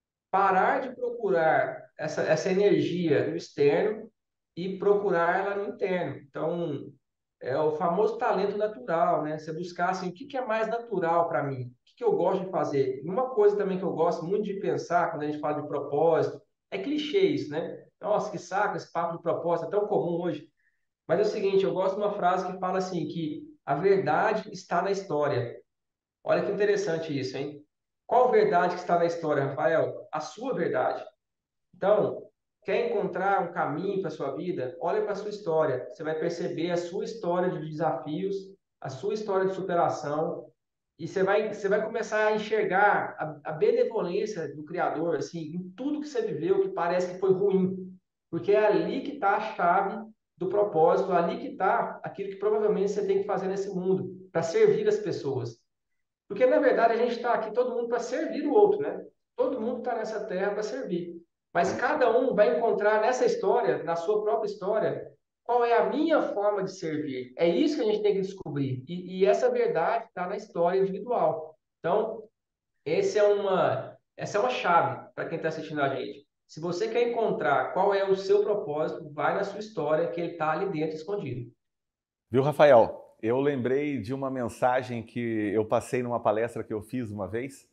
Parar de procurar essa, essa energia no externo e procurar ela no interno. Então, é o famoso talento natural, né? Você buscar assim, o que que é mais natural para mim? O que que eu gosto de fazer? E uma coisa também que eu gosto muito de pensar quando a gente fala de propósito, é clichê isso, né? Nossa, que saco esse papo de propósito, é tão comum hoje. Mas é o seguinte, eu gosto de uma frase que fala assim, que a verdade está na história. Olha que interessante isso, hein? Qual verdade que está na história, Rafael? A sua verdade. Então, quer encontrar um caminho para a sua vida? Olha para a sua história. Você vai perceber a sua história de desafios, a sua história de superação, e você vai, você vai começar a enxergar a, a benevolência do Criador, assim, em tudo que você viveu que parece que foi ruim. Porque é ali que está a chave do propósito, ali que está aquilo que provavelmente você tem que fazer nesse mundo, para servir as pessoas. Porque, na verdade, a gente está aqui todo mundo para servir o outro, né? Todo mundo está nessa terra para servir. Mas cada um vai encontrar nessa história, na sua própria história, qual é a minha forma de servir. É isso que a gente tem que descobrir. E, e essa verdade está na história individual. Então, esse é uma, essa é uma chave para quem está assistindo a gente. Se você quer encontrar qual é o seu propósito, vai na sua história, que ele está ali dentro escondido. Viu, Rafael? Eu lembrei de uma mensagem que eu passei numa palestra que eu fiz uma vez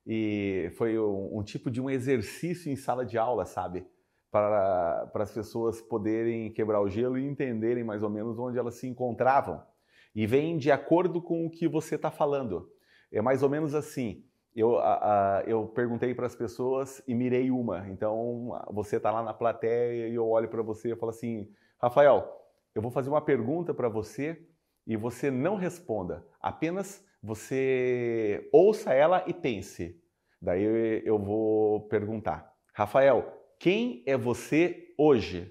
e foi um, um tipo de um exercício em sala de aula, sabe? Para, para as pessoas poderem quebrar o gelo e entenderem mais ou menos onde elas se encontravam. E vem de acordo com o que você está falando. É mais ou menos assim. Eu, a, a, eu perguntei para as pessoas e mirei uma. Então, você está lá na plateia e eu olho para você e falo assim, Rafael, eu vou fazer uma pergunta para você e você não responda. Apenas você ouça ela e pense. Daí eu vou perguntar. Rafael, quem é você hoje?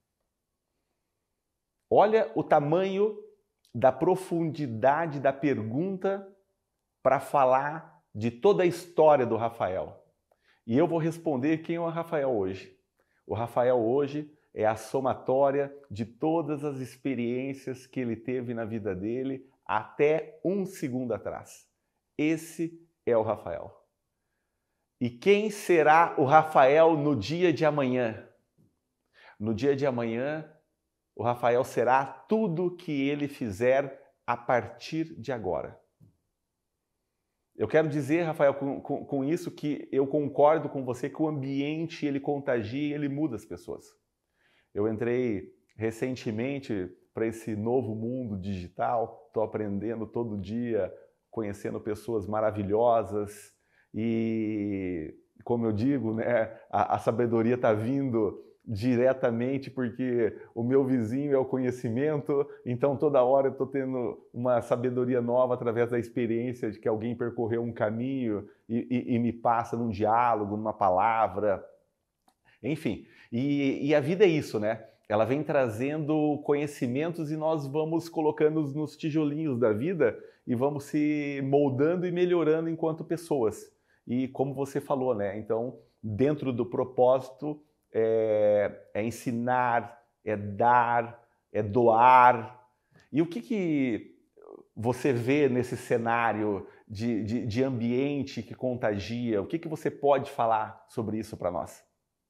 Olha o tamanho da profundidade da pergunta para falar de toda a história do Rafael. E eu vou responder quem é o Rafael hoje. O Rafael hoje é a somatória de todas as experiências que ele teve na vida dele até um segundo atrás. Esse é o Rafael. E quem será o Rafael no dia de amanhã? No dia de amanhã, o Rafael será tudo que ele fizer a partir de agora. Eu quero dizer, Rafael, com, com, com isso que eu concordo com você que o ambiente ele contagia e ele muda as pessoas. Eu entrei recentemente para esse novo mundo digital, estou aprendendo todo dia, conhecendo pessoas maravilhosas e, como eu digo, né, a, a sabedoria está vindo diretamente porque o meu vizinho é o conhecimento, então toda hora eu estou tendo uma sabedoria nova através da experiência de que alguém percorreu um caminho e, e, e me passa num diálogo, numa palavra, enfim. E, e a vida é isso, né? Ela vem trazendo conhecimentos e nós vamos colocando nos tijolinhos da vida e vamos se moldando e melhorando enquanto pessoas. E como você falou, né? Então, dentro do propósito, é, é ensinar, é dar, é doar. E o que, que você vê nesse cenário de, de, de ambiente que contagia? O que, que você pode falar sobre isso para nós?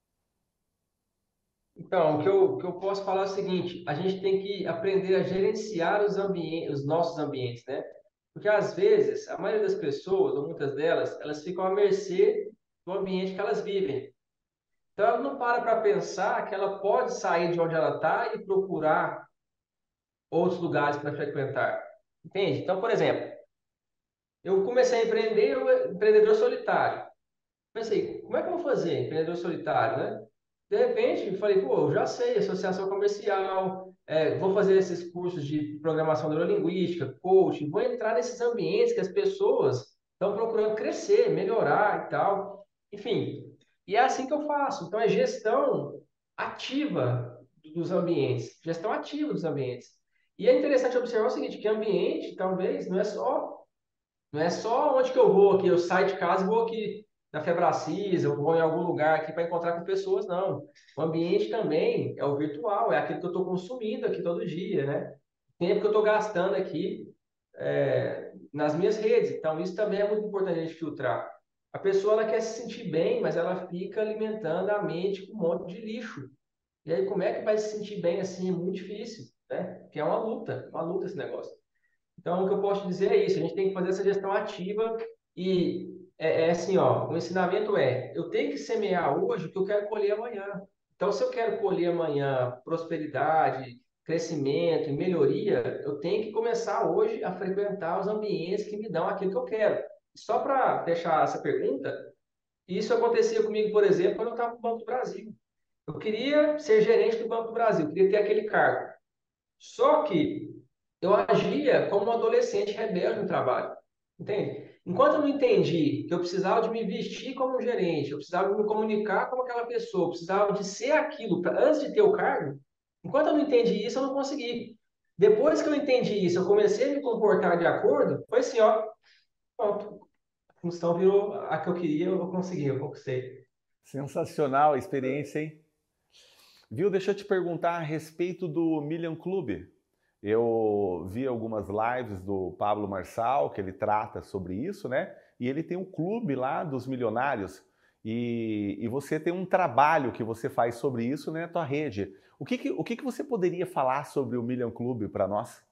Então, o que eu, o que eu posso falar é o seguinte: a gente tem que aprender a gerenciar os ambientes, os nossos ambientes, né? Porque às vezes, a maioria das pessoas, ou muitas delas, elas ficam à mercê do ambiente que elas vivem. Então, ela não para para pensar que ela pode sair de onde ela está e procurar outros lugares para frequentar. Entende? Então, por exemplo, eu comecei a empreender, eu empreendedor solitário. Pensei, como é que eu vou fazer empreendedor solitário, né? De repente, eu falei, pô, eu já sei, associação comercial, é, vou fazer esses cursos de programação neurolinguística, coaching, vou entrar nesses ambientes que as pessoas estão procurando crescer, melhorar e tal. Enfim, e é assim que eu faço. Então, é gestão ativa dos ambientes, gestão ativa dos ambientes. E é interessante observar o seguinte, que ambiente, talvez, não é só não é só onde que eu vou aqui, eu saio de casa e vou aqui na Febracis, eu vou em algum lugar aqui para encontrar com pessoas, não. O ambiente também é o virtual, é aquilo que eu estou consumindo aqui todo dia, né? O tempo que eu estou gastando aqui é, nas minhas redes. Então, isso também é muito importante a gente filtrar. A pessoa ela quer se sentir bem, mas ela fica alimentando a mente com um monte de lixo. E aí, como é que vai se sentir bem assim? É muito difícil, né? Porque é uma luta, uma luta esse negócio. Então, o que eu posso dizer é isso, a gente tem que fazer essa gestão ativa e é, é assim, ó, o ensinamento é, eu tenho que semear hoje o que eu quero colher amanhã. Então, se eu quero colher amanhã prosperidade, crescimento e melhoria, eu tenho que começar hoje a frequentar os ambientes que me dão aquilo que eu quero. Só para deixar essa pergunta, isso acontecia comigo, por exemplo, quando eu estava no Banco do Brasil. Eu queria ser gerente do Banco do Brasil, queria ter aquele cargo. Só que eu agia como um adolescente rebelde no trabalho, entende? Enquanto eu não entendi que eu precisava de me vestir como um gerente, eu precisava me comunicar como aquela pessoa, eu precisava de ser aquilo pra, antes de ter o cargo, enquanto eu não entendi isso, eu não consegui. Depois que eu entendi isso, eu comecei a me comportar de acordo, foi assim, ó, pronto, a função virou a que eu queria, eu consegui, eu conquistei. Sensacional a experiência, hein? Viu? Deixa eu te perguntar a respeito do Million Club. Eu vi algumas lives do Pablo Marçal, que ele trata sobre isso, né? E ele tem um clube lá dos milionários. E, e você tem um trabalho que você faz sobre isso né, na tua rede. O que, que, o que, que você poderia falar sobre o Million Club para nós?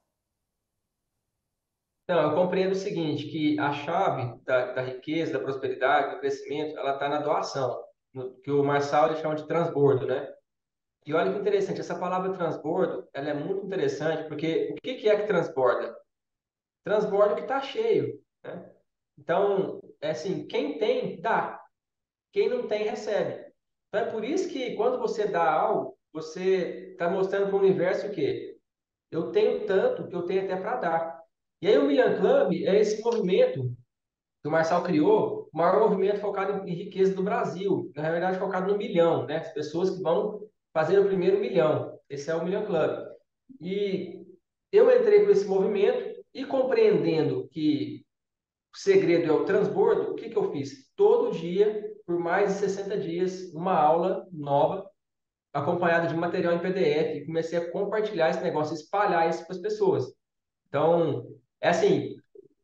Então, eu compreendo o seguinte, que a chave da, da riqueza, da prosperidade, do crescimento, ela está na doação, no, que o Marçal ele chama de transbordo, né? E olha que interessante, essa palavra transbordo, ela é muito interessante, porque o que que é que transborda? Transborda o que está cheio, né? Então, é assim, quem tem, dá. Quem não tem, recebe. Então, é por isso que quando você dá algo, você está mostrando para o universo o quê? Eu tenho tanto que eu tenho até para dar. E aí o Million Club é esse movimento que o Marçal criou, o maior movimento focado em riqueza do Brasil, na verdade focado no milhão, né? As pessoas que vão fazer o primeiro milhão. Esse é o Million Club. E eu entrei por esse movimento e compreendendo que o segredo é o transbordo, o que que eu fiz? Todo dia, por mais de sessenta dias, uma aula nova, acompanhada de material em P D F, e comecei a compartilhar esse negócio, espalhar isso para as pessoas. Então, é assim,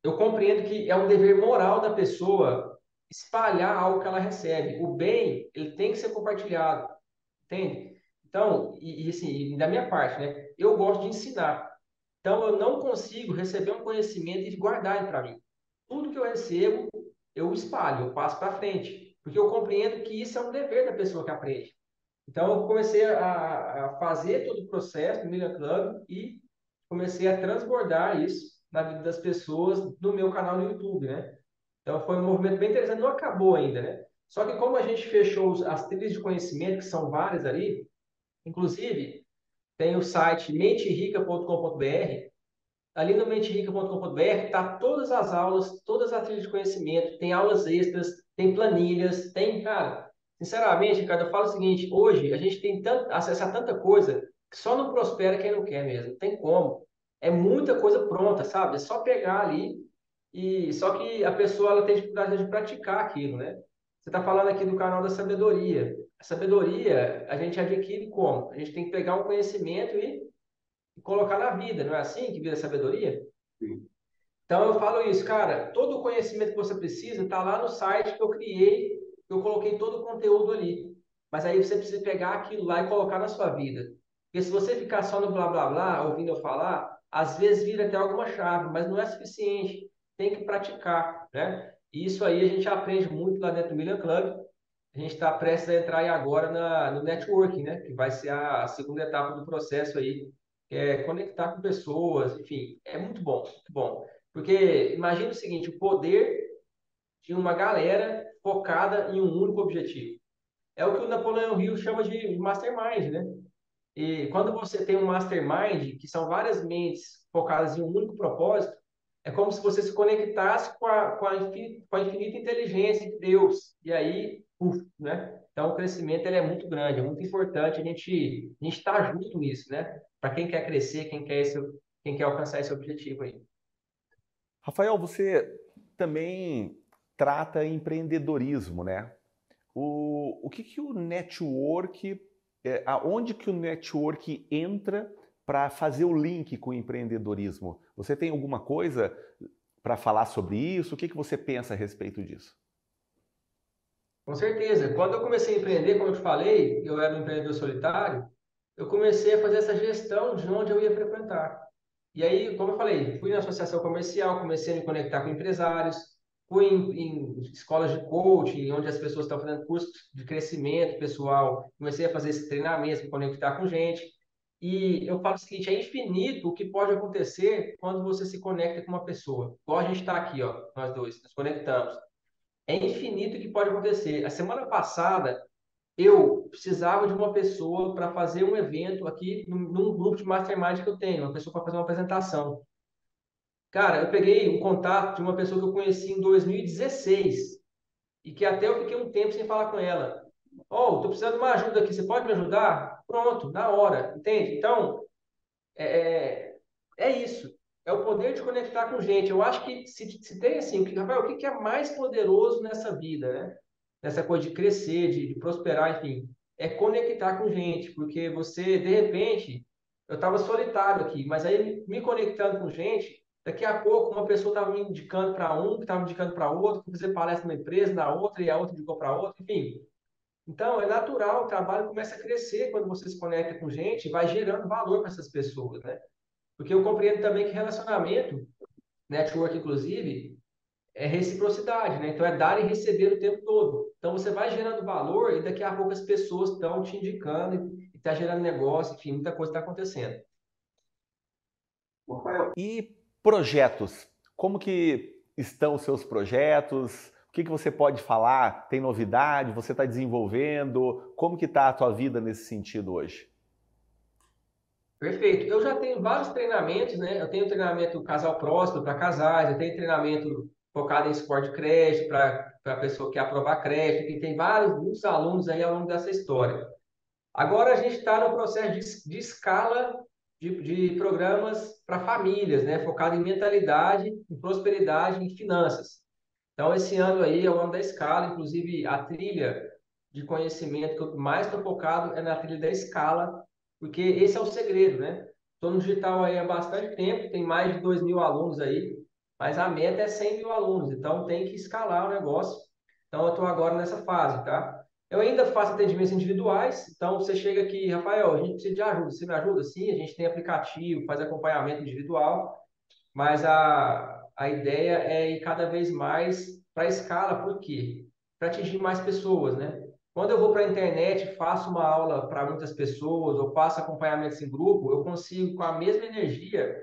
eu compreendo que é um dever moral da pessoa espalhar algo que ela recebe. O bem, ele tem que ser compartilhado, entende? Então, e, e assim, e da minha parte, né? Eu gosto de ensinar. Então, eu não consigo receber um conhecimento e guardar ele para mim. Tudo que eu recebo, eu espalho, eu passo para frente, porque eu compreendo que isso é um dever da pessoa que aprende. Então, eu comecei a, a fazer todo o processo do Million Club e comecei a transbordar isso na vida das pessoas no meu canal no YouTube, né? Então, foi um movimento bem interessante. Não acabou ainda, né? Só que como a gente fechou os- as trilhas de conhecimento, que são várias ali, inclusive, tem o site mente rica ponto com ponto br. Ali no mente rica ponto com ponto br tá todas as aulas, todas as trilhas de conhecimento, tem aulas extras, tem planilhas, tem, cara, sinceramente, Ricardo, eu falo o seguinte, hoje a gente tem tanto, acesso a tanta coisa que só não prospera quem não quer mesmo, não tem como. É muita coisa pronta, sabe? É só pegar ali e só que a pessoa ela tem dificuldade de praticar aquilo, né? Você está falando aqui do canal da sabedoria. A sabedoria a gente adquire como? A gente tem que pegar um conhecimento e e colocar na vida, não é assim que vira sabedoria? Sim. Então eu falo isso, cara, todo o conhecimento que você precisa está lá no site que eu criei, que eu coloquei todo o conteúdo ali. Mas aí você precisa pegar aquilo lá e colocar na sua vida. Porque se você ficar só no blá blá blá, ouvindo eu falar, às vezes vira até alguma chave, mas não é suficiente. Tem que praticar, né? E isso aí a gente aprende muito lá dentro do Million Club. A gente está prestes a entrar aí agora na, no networking, né? Que vai ser a segunda etapa do processo aí, que é conectar com pessoas, enfim, é muito bom, muito bom. Porque imagina o seguinte, o poder de uma galera focada em um único objetivo. É o que o Napoleão Hill chama de mastermind, né? E quando você tem um mastermind, que são várias mentes focadas em um único propósito, é como se você se conectasse com a, com a, infinita, com a infinita inteligência de Deus. E aí, uf, né? Então, o crescimento ele é muito grande, é muito importante a gente a gente estar junto nisso, né? Para quem quer crescer, quem quer, esse, quem quer alcançar esse objetivo aí. Rafael, você também trata empreendedorismo, né? O, o que, que o network, é, aonde que o network entra para fazer o link com o empreendedorismo? Você tem alguma coisa para falar sobre isso? O que, que você pensa a respeito disso? Com certeza. Quando eu comecei a empreender, como eu te falei, eu era um empreendedor solitário, eu comecei a fazer essa gestão de onde eu ia frequentar. E aí, como eu falei, fui na associação comercial, comecei a me conectar com empresários, fui em, em escolas de coaching, onde as pessoas estão fazendo cursos de crescimento pessoal, comecei a fazer esse treinamento, me conectar com gente. E eu falo o seguinte, é infinito o que pode acontecer quando você se conecta com uma pessoa. Igual a gente está aqui, ó, nós dois, nos conectamos. É infinito o que pode acontecer. A semana passada, eu precisava de uma pessoa para fazer um evento aqui num, num grupo de mastermind que eu tenho, uma pessoa para fazer uma apresentação. Cara, eu peguei um contato de uma pessoa que eu conheci em dois mil e dezesseis e que até eu fiquei um tempo sem falar com ela. Oh, tô precisando de uma ajuda aqui, você pode me ajudar? Pronto, na hora, entende? Então, é, é é isso. É o poder de conectar com gente. Eu acho que se, se tem assim, o que, Rafael, o que que é mais poderoso nessa vida, né? Nessa coisa de crescer, de, de prosperar, enfim, é conectar com gente, porque você, de repente, eu estava solitário aqui, mas aí me conectando com gente, daqui a pouco uma pessoa estava me indicando para um, que estava me indicando para outro, que fazer palestra numa empresa, na outra, e a outra indicou para outra, enfim. Então, é natural, o trabalho começa a crescer quando você se conecta com gente, e vai gerando valor para essas pessoas, né? Porque eu compreendo também que relacionamento, network inclusive, é reciprocidade, né? Então é dar e receber o tempo todo. Então você vai gerando valor e daqui a pouco as pessoas estão te indicando e está gerando negócio, enfim, muita coisa está acontecendo. Rafael, e projetos? Como que estão os seus projetos? O que, que você pode falar? Tem novidade? Você está desenvolvendo? Como que está a tua vida nesse sentido hoje? Perfeito. Eu já tenho vários treinamentos, né? Eu tenho treinamento casal próximo para casais, eu tenho treinamento focado em suporte de crédito para a pessoa que quer aprovar crédito, que tem vários, muitos alunos aí ao longo dessa história. Agora a gente está no processo de, de escala de, de programas para famílias, né? Focado em mentalidade, em prosperidade, em finanças. Então, esse ano aí é o ano da escala, inclusive a trilha de conhecimento que eu mais estou focado é na trilha da escala, porque esse é o segredo, né? Estou no digital aí há bastante tempo, tem mais de dois mil alunos aí, mas a meta é cem mil alunos, então tem que escalar o negócio. Então eu estou agora nessa fase, tá? Eu ainda faço atendimentos individuais, então você chega aqui, Rafael, a gente precisa de ajuda, você me ajuda? Sim, a gente tem aplicativo, faz acompanhamento individual, mas a, a ideia é ir cada vez mais para a escala, por quê? Para atingir mais pessoas, né? Quando eu vou para a internet, faço uma aula para muitas pessoas, ou faço acompanhamentos em grupo, eu consigo, com a mesma energia,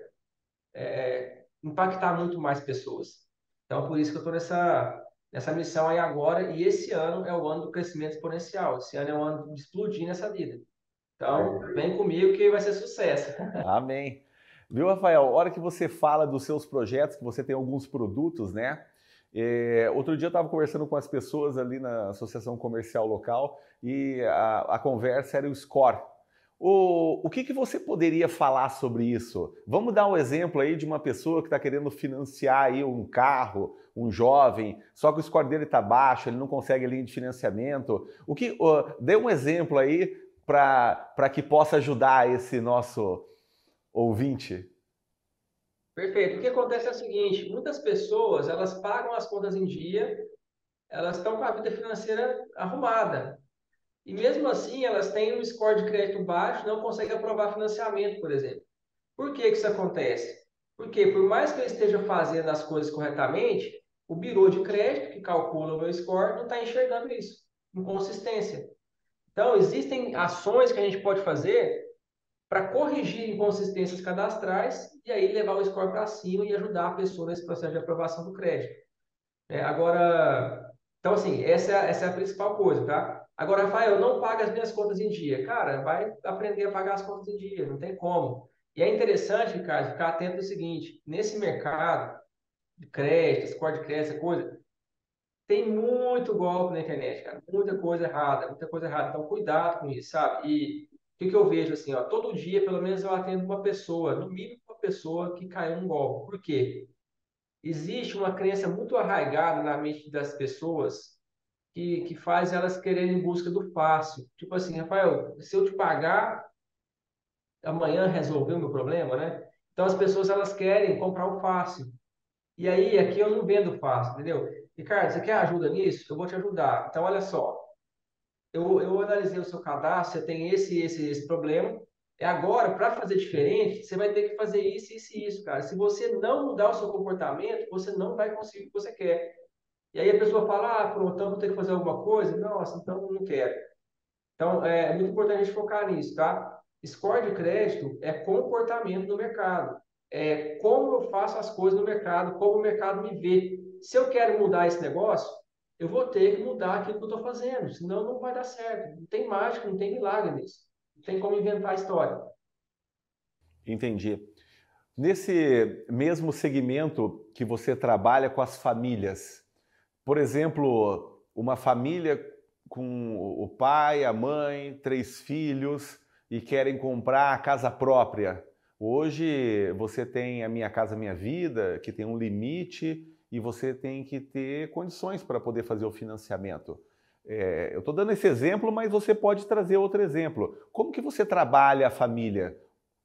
impactar muito mais pessoas. Então, por isso que eu estou nessa, nessa missão aí agora, e esse ano é o ano do crescimento exponencial. Esse ano é o ano de explodir nessa vida. Então, vem comigo que vai ser sucesso. Amém. Viu, Rafael? A hora que você fala dos seus projetos, que você tem alguns produtos, né? É, outro dia eu estava conversando com as pessoas ali na associação comercial local e a, a conversa era o score. O, o que, que você poderia falar sobre isso? Vamos dar um exemplo aí de uma pessoa que está querendo financiar aí um carro, um jovem, só que o score dele está baixo, ele não consegue linha de financiamento. O que, uh, dê um exemplo aí para que possa ajudar esse nosso ouvinte. Perfeito. O que acontece é o seguinte, muitas pessoas, elas pagam as contas em dia, elas estão com a vida financeira arrumada. E mesmo assim, elas têm um score de crédito baixo, não conseguem aprovar financiamento, por exemplo. Por que que isso acontece? Porque por mais que eu esteja fazendo as coisas corretamente, o birô de crédito, que calcula o meu score, não está enxergando isso. Inconsistência. Então, existem ações que a gente pode fazer para corrigir inconsistências cadastrais e aí levar o score para cima e ajudar a pessoa nesse processo de aprovação do crédito. É, agora, então assim, essa é, a- essa é a principal coisa, tá? Agora, Rafael, eu não pago as minhas contas em dia. Cara, vai aprender a pagar as contas em dia, não tem como. E é interessante, Ricardo, ficar atento ao seguinte, nesse mercado de crédito, score de crédito, essa coisa, tem muito golpe na internet, cara, muita coisa errada, muita coisa errada. Então, cuidado com isso, sabe? E o que que eu vejo assim, ó, todo dia, pelo menos eu atendo uma pessoa, no mínimo uma pessoa que caiu num golpe. Por quê? Existe uma crença muito arraigada na mente das pessoas que, que faz elas quererem em busca do fácil. Tipo assim, Rafael, se eu te pagar, amanhã resolver o meu problema, né? Então as pessoas elas querem comprar o fácil. E aí, aqui eu não vendo fácil, entendeu? Ricardo, você quer ajuda nisso? Eu vou te ajudar. Então, olha só, eu, eu analisei o seu cadastro, você tem esse, esse, esse problema. E agora, para fazer diferente, você vai ter que fazer isso, isso e isso, cara. Se você não mudar o seu comportamento, você não vai conseguir o que você quer. E aí a pessoa fala, ah, pronto, então vou ter que fazer alguma coisa? Nossa, então não quero. Então, é, é muito importante a gente focar nisso, tá? Score de crédito é comportamento no mercado. É como eu faço as coisas no mercado, como o mercado me vê. Se eu quero mudar esse negócio, eu vou ter que mudar aquilo que eu estou fazendo, senão não vai dar certo. Não tem mágica, não tem milagre nisso. Não tem como inventar a história. Entendi. Nesse mesmo segmento que você trabalha com as famílias, por exemplo, uma família com o pai, a mãe, três filhos e querem comprar a casa própria. Hoje você tem a Minha Casa Minha Vida, que tem um limite e você tem que ter condições para poder fazer o financiamento. É, eu estou dando esse exemplo, mas você pode trazer outro exemplo. Como que você trabalha a família?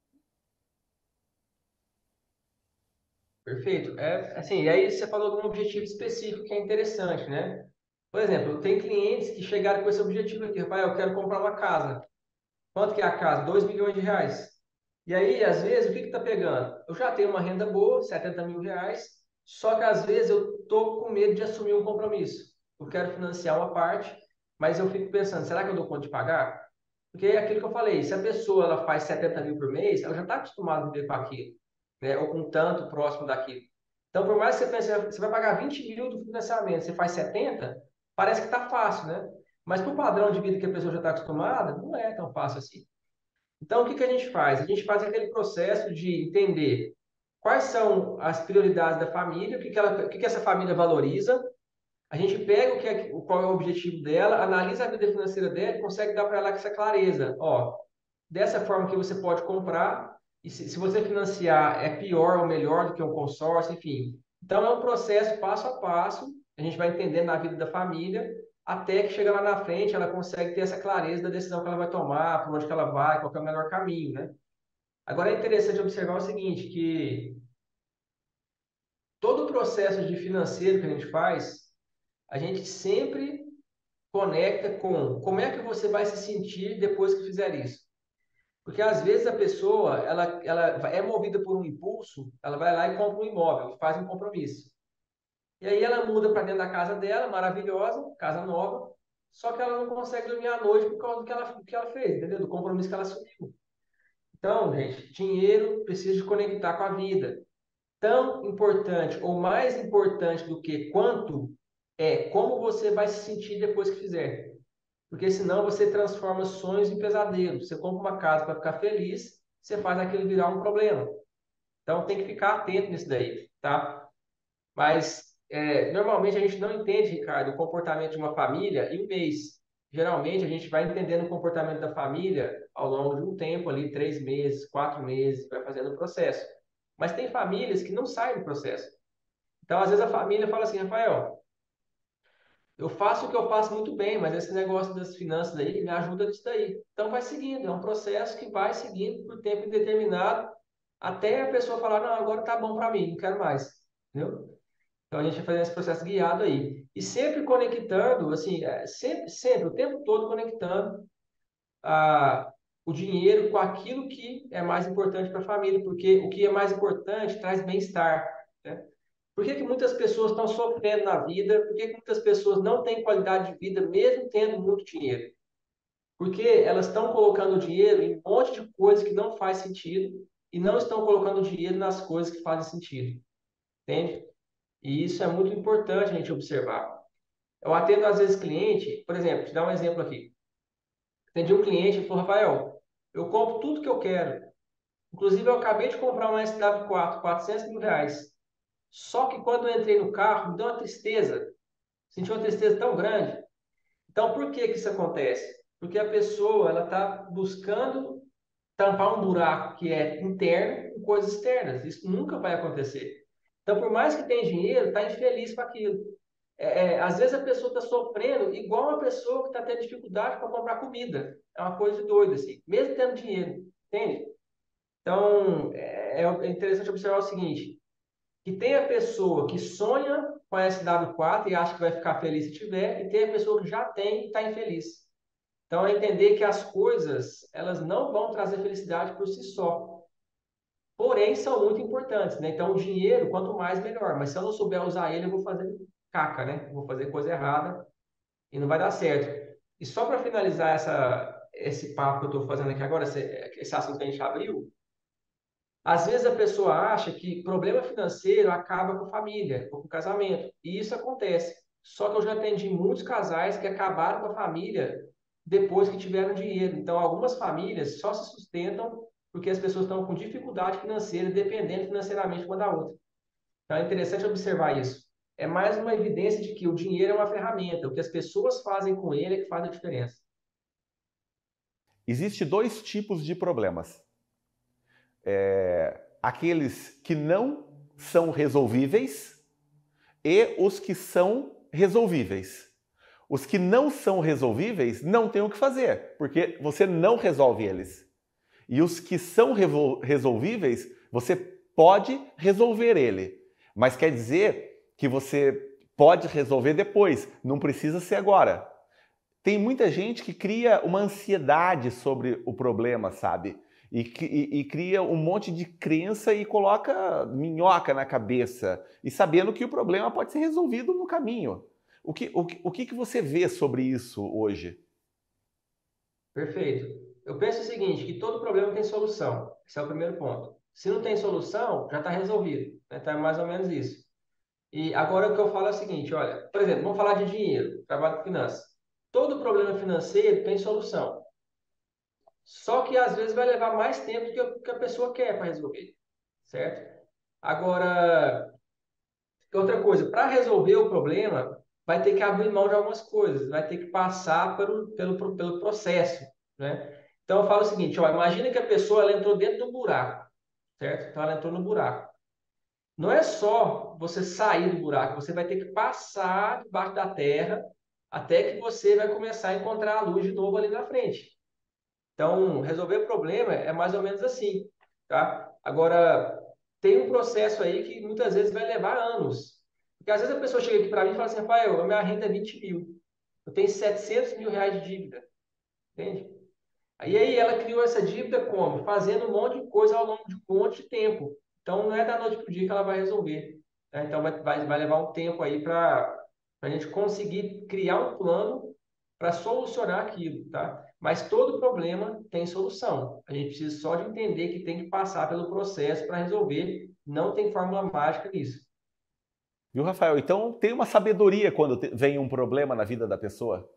Perfeito. É, assim, e aí você falou de um objetivo específico que é interessante, né? Por exemplo, tem clientes que chegaram com esse objetivo aqui, Rafael, eu quero comprar uma casa. Quanto que é a casa? Dois milhões de reais. E aí, às vezes, o que está pegando? Eu já tenho uma renda boa, setenta mil reais, só que às vezes eu estou com medo de assumir um compromisso. Eu quero financiar uma parte, mas eu fico pensando, será que eu dou conta de pagar? Porque é aquilo que eu falei, se a pessoa ela faz setenta mil por mês, ela já está acostumada a viver com aquilo, né? Ou com tanto próximo daquilo. Então, por mais que você pense, você vai pagar vinte mil do financiamento, você faz setenta, parece que está fácil, né? Mas para o padrão de vida que a pessoa já está acostumada, não é tão fácil assim. Então, o que que a gente faz? A gente faz aquele processo de entender quais são as prioridades da família, o que que ela, o que que essa família valoriza. A gente pega o que é, o- qual é o objetivo dela, analisa a vida financeira dela e consegue dar para ela essa clareza. Ó, dessa forma que você pode comprar, e se, se você financiar é pior ou melhor do que um consórcio, enfim. Então, é um processo passo a passo, a gente vai entendendo na vida da família, até que chega lá na frente, ela consegue ter essa clareza da decisão que ela vai tomar, para onde que ela vai, qual que é o melhor caminho, né? Agora é interessante observar o seguinte, que todo processo de financeiro que a gente faz, a gente sempre conecta com como é que você vai se sentir depois que fizer isso. Porque às vezes a pessoa, ela, ela é movida por um impulso, ela vai lá e compra um imóvel, faz um compromisso. E aí ela muda para dentro da casa dela, maravilhosa, casa nova, só que ela não consegue dormir à noite por causa do que ela, do que ela fez, entendeu? Do compromisso que ela assumiu. Então, gente, dinheiro precisa de conectar com a vida. Tão importante ou mais importante do que quanto é como você vai se sentir depois que fizer. Porque senão você transforma sonhos em pesadelos. Você compra uma casa para ficar feliz, você faz aquilo virar um problema. Então tem que ficar atento nisso daí, tá? Mas é, normalmente a gente não entende, Ricardo, o comportamento de uma família em um mês. Geralmente a gente vai entendendo o comportamento da família ao longo de um tempo ali, três meses, quatro meses, vai fazendo o processo. Mas tem famílias que não saem do processo. Então, às vezes a família fala assim, Rafael, eu faço o que eu faço muito bem, mas esse negócio das finanças aí me ajuda nisso daí. Então vai seguindo, é um processo que vai seguindo por tempo indeterminado, até a pessoa falar, não, agora tá bom para mim, não quero mais. Entendeu? Então a gente vai fazendo esse processo guiado aí. E sempre conectando, assim, é, sempre, sempre, o tempo todo conectando a, o dinheiro com aquilo que é mais importante para a família, porque o que é mais importante traz bem-estar, né? Por que que muitas pessoas estão sofrendo na vida? Por que que muitas pessoas não têm qualidade de vida, mesmo tendo muito dinheiro? Porque elas estão colocando o dinheiro em um monte de coisas que não faz sentido e não estão colocando o dinheiro nas coisas que fazem sentido, entende? E isso é muito importante a gente observar. Eu atendo às vezes cliente, por exemplo, te dar um exemplo aqui. Atendi um cliente e falou, Rafael, eu compro tudo que eu quero. Inclusive, eu acabei de comprar uma S W quatro, quatrocentos mil reais. Só que quando eu entrei no carro, me deu uma tristeza. Senti uma tristeza tão grande. Então, por que que isso acontece? Porque a pessoa ela está buscando tampar um buraco que é interno com coisas externas. Isso nunca vai acontecer. Então, por mais que tenha dinheiro, está infeliz com aquilo. É, é, às vezes a pessoa está sofrendo igual uma pessoa que está tendo dificuldade para comprar comida. É uma coisa doida, assim, mesmo tendo dinheiro, entende? Então, é, é interessante observar o seguinte, que tem a pessoa que sonha com a S W quatro e acha que vai ficar feliz se tiver, e tem a pessoa que já tem e está infeliz. Então, é entender que as coisas, elas não vão trazer felicidade por si só. Porém, são muito importantes, né? Então, o dinheiro, quanto mais, melhor. Mas se eu não souber usar ele, eu vou fazer caca, né? Vou fazer coisa errada e não vai dar certo. E só para finalizar essa, esse papo que eu estou fazendo aqui agora, esse, esse assunto que a gente abriu, às vezes a pessoa acha que problema financeiro acaba com família ou com casamento. E isso acontece. Só que eu já atendi muitos casais que acabaram com a família depois que tiveram dinheiro. Então, algumas famílias só se sustentam porque as pessoas estão com dificuldade financeira, dependendo financeiramente uma da outra. Então, é interessante observar isso. É mais uma evidência de que o dinheiro é uma ferramenta. O que as pessoas fazem com ele é que faz a diferença. Existem dois tipos de problemas. É, aqueles que não são resolvíveis e os que são resolvíveis. Os que não são resolvíveis não tem o que fazer, porque você não resolve eles. E os que são resolvíveis, você pode resolver ele. Mas quer dizer que você pode resolver depois, não precisa ser agora. Tem muita gente que cria uma ansiedade sobre o problema, sabe? E, e, e cria um monte de crença e coloca minhoca na cabeça, e sabendo que o problema pode ser resolvido no caminho. O que, o, o que, que você vê sobre isso hoje? Perfeito. Eu penso o seguinte, que todo problema tem solução. Esse é o primeiro ponto. Se não tem solução, já está resolvido. Né? Então é mais ou menos isso. E agora o que eu falo é o seguinte, olha, por exemplo, vamos falar de dinheiro, trabalho com finanças. Todo problema financeiro tem solução. Só que às vezes vai levar mais tempo do que o que a pessoa quer para resolver, certo? Agora, outra coisa, para resolver o problema, vai ter que abrir mão de algumas coisas, vai ter que passar pelo, pelo, pelo processo, né? Então eu falo o seguinte, ó, imagina que a pessoa ela entrou dentro de um buraco, certo? Então ela entrou no buraco. Não é só você sair do buraco, você vai ter que passar debaixo da terra até que você vai começar a encontrar a luz de novo ali na frente. Então, resolver problema é mais ou menos assim, tá? Agora, tem um processo aí que muitas vezes vai levar anos. Porque às vezes a pessoa chega aqui para mim e fala assim, Rafael, a minha renda é vinte mil, eu tenho setecentos mil reais de dívida, entende? Aí, aí ela criou essa dívida como? Fazendo um monte de coisa ao longo de um monte de tempo. Então não é da noite para o dia que ela vai resolver, né? Então vai, vai, vai levar um tempo aí para a gente conseguir criar um plano para solucionar aquilo, tá? Mas todo problema tem solução. A gente precisa só de entender que tem que passar pelo processo para resolver. Não tem fórmula mágica nisso. Viu, Rafael? Então tem uma sabedoria quando te- vem um problema na vida da pessoa.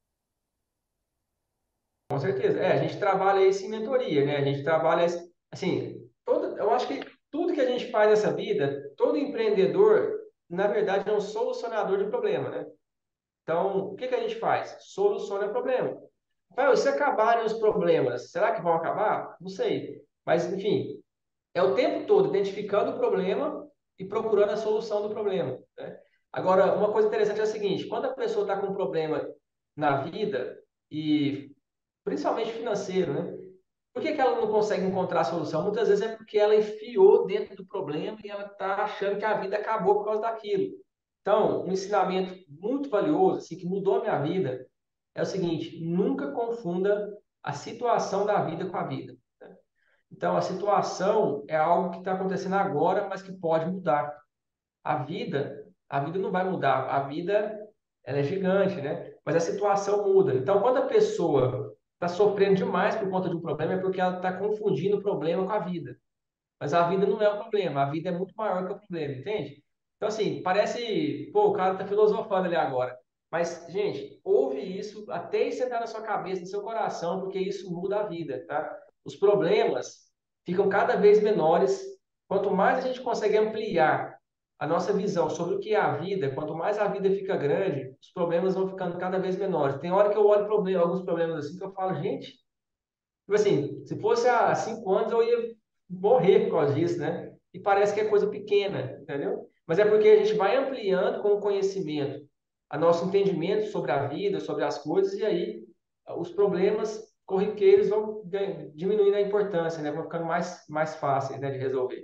Com certeza. É, a gente trabalha isso em mentoria, né? A gente trabalha, assim, todo, eu acho que tudo que a gente faz nessa vida, todo empreendedor, na verdade, é um solucionador de problema, né? Então, o que que a gente faz? Soluciona problema. Rafael, se acabarem os problemas, será que vão acabar? Não sei. Mas, enfim, é o tempo todo identificando o problema e procurando a solução do problema, né? Agora, uma coisa interessante é a seguinte: quando a pessoa está com um problema na vida, e principalmente financeiro, né? Por que que ela não consegue encontrar a solução? Muitas vezes é porque ela enfiou dentro do problema e ela está achando que a vida acabou por causa daquilo. Então, um ensinamento muito valioso, assim, que mudou a minha vida, é o seguinte: nunca confunda a situação da vida com a vida. Então, a situação é algo que está acontecendo agora, mas que pode mudar. A vida, a vida não vai mudar. A vida, ela é gigante, né? Mas a situação muda. Então, quando a pessoa está sofrendo demais por conta de um problema, é porque ela está confundindo o problema com a vida. Mas a vida não é o problema, a vida é muito maior que o problema, entende? Então, assim, parece, pô, o cara tá filosofando ali agora. Mas, gente, ouve isso até isso entrar na sua cabeça, no seu coração, porque isso muda a vida, tá? Os problemas ficam cada vez menores. Quanto mais a gente consegue ampliar a nossa visão sobre o que é a vida, quanto mais a vida fica grande, os problemas vão ficando cada vez menores. Tem hora que eu olho problema, alguns problemas assim que eu falo, gente, tipo assim, se fosse há cinco anos, eu ia morrer por causa disso, né? E parece que é coisa pequena, entendeu? Mas é porque a gente vai ampliando com o conhecimento a nosso entendimento sobre a vida, sobre as coisas, e aí os problemas corriqueiros vão diminuindo a importância, né? Vão ficando mais, mais fáceis, né, de resolver.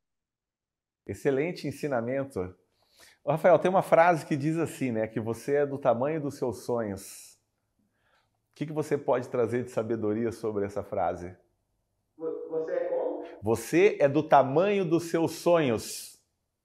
Excelente ensinamento. Ô, Rafael, tem uma frase que diz assim, né? Que você é do tamanho dos seus sonhos. O que que você pode trazer de sabedoria sobre essa frase? Você é como? Você é do tamanho dos seus sonhos.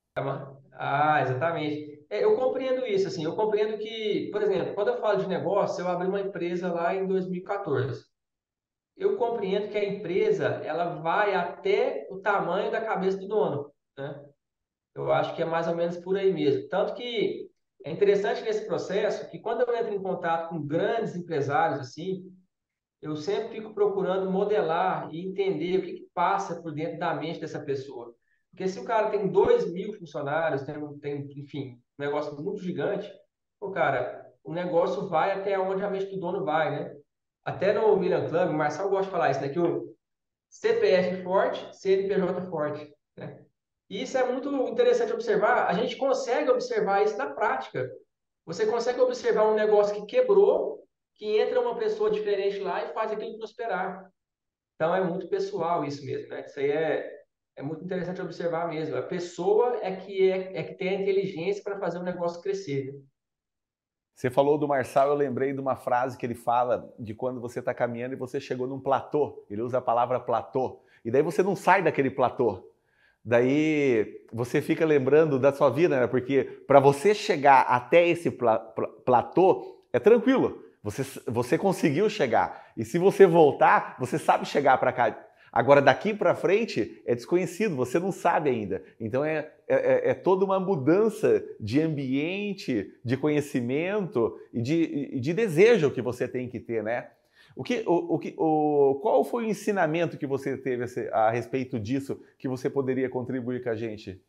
Ah, exatamente. É, eu compreendo isso, assim, eu compreendo que, por exemplo, quando eu falo de negócio, eu abri uma empresa lá em dois mil e quatorze. Eu compreendo que a empresa ela vai até o tamanho da cabeça do dono, né? Eu acho que é mais ou menos por aí mesmo. Tanto que é interessante nesse processo que quando eu entro em contato com grandes empresários assim, eu sempre fico procurando modelar e entender o que, que passa por dentro da mente dessa pessoa. Porque se o cara tem dois mil funcionários, tem, um- tem, enfim, um negócio muito gigante, o cara, o negócio vai até onde a mente do dono vai, né? Até no William Club, o Marcel gosta de falar isso, né? Que o C P F forte, C N P J forte, né? E isso é muito interessante observar. A gente consegue observar isso na prática. Você consegue observar um negócio que quebrou, que entra uma pessoa diferente lá e faz aquilo prosperar. Então é muito pessoal isso mesmo, né? Isso aí é, é muito interessante observar mesmo. A pessoa é que é, é que tem a inteligência para fazer o negócio crescer, né? Você falou do Marçal, eu lembrei de uma frase que ele fala de quando você está caminhando e você chegou num platô. Ele usa a palavra platô. E daí você não sai daquele platô. Daí você fica lembrando da sua vida, né? Porque para você chegar até esse pla pla platô é tranquilo. Você, você conseguiu chegar. E se você voltar, você sabe chegar para cá. Agora, daqui para frente é desconhecido, você não sabe ainda. Então é, é, é toda uma mudança de ambiente, de conhecimento e de, de desejo que você tem que ter, né? O que, o, o, que, o, qual foi o ensinamento que você teve a respeito disso que você poderia contribuir com a gente?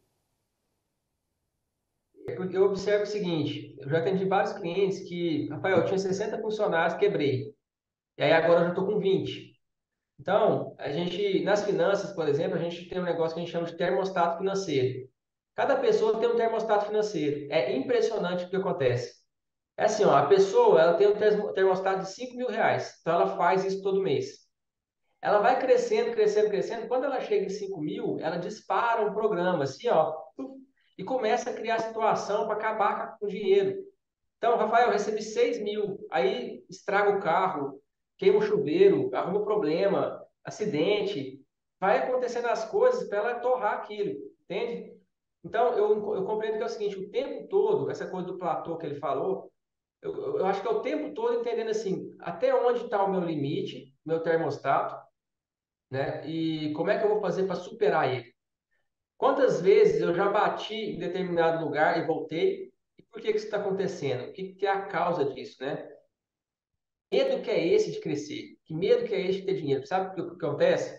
Eu observo o seguinte, eu já atendi vários clientes que, Rafael, eu tinha sessenta funcionários, quebrei. E aí agora eu já estou com vinte. Então, a gente, nas finanças, por exemplo, a gente tem um negócio que a gente chama de termostato financeiro. Cada pessoa tem um termostato financeiro. É impressionante o que acontece. É assim, ó, a pessoa ela tem um termostato de cinco mil reais. Então, ela faz isso todo mês. Ela vai crescendo, crescendo, crescendo. Quando ela chega em cinco mil, ela dispara um programa, assim, ó, e começa a criar situação para acabar com o dinheiro. Então, Rafael, eu recebi seis mil, aí estraga o carro, queima o chuveiro, arruma problema, acidente. Vai acontecendo as coisas para ela torrar aquilo, entende? Então, eu, eu compreendo que é o seguinte, o tempo todo, essa coisa do platô que ele falou, eu, eu acho que é o tempo todo entendendo assim, até onde está o meu limite, meu termostato, né? E como é que eu vou fazer para superar ele? Quantas vezes eu já bati em determinado lugar e voltei? E por que que isso está acontecendo? O que, que é a causa disso, né? Medo que é esse de crescer? Que medo que é esse de ter dinheiro? Sabe o que, o que acontece?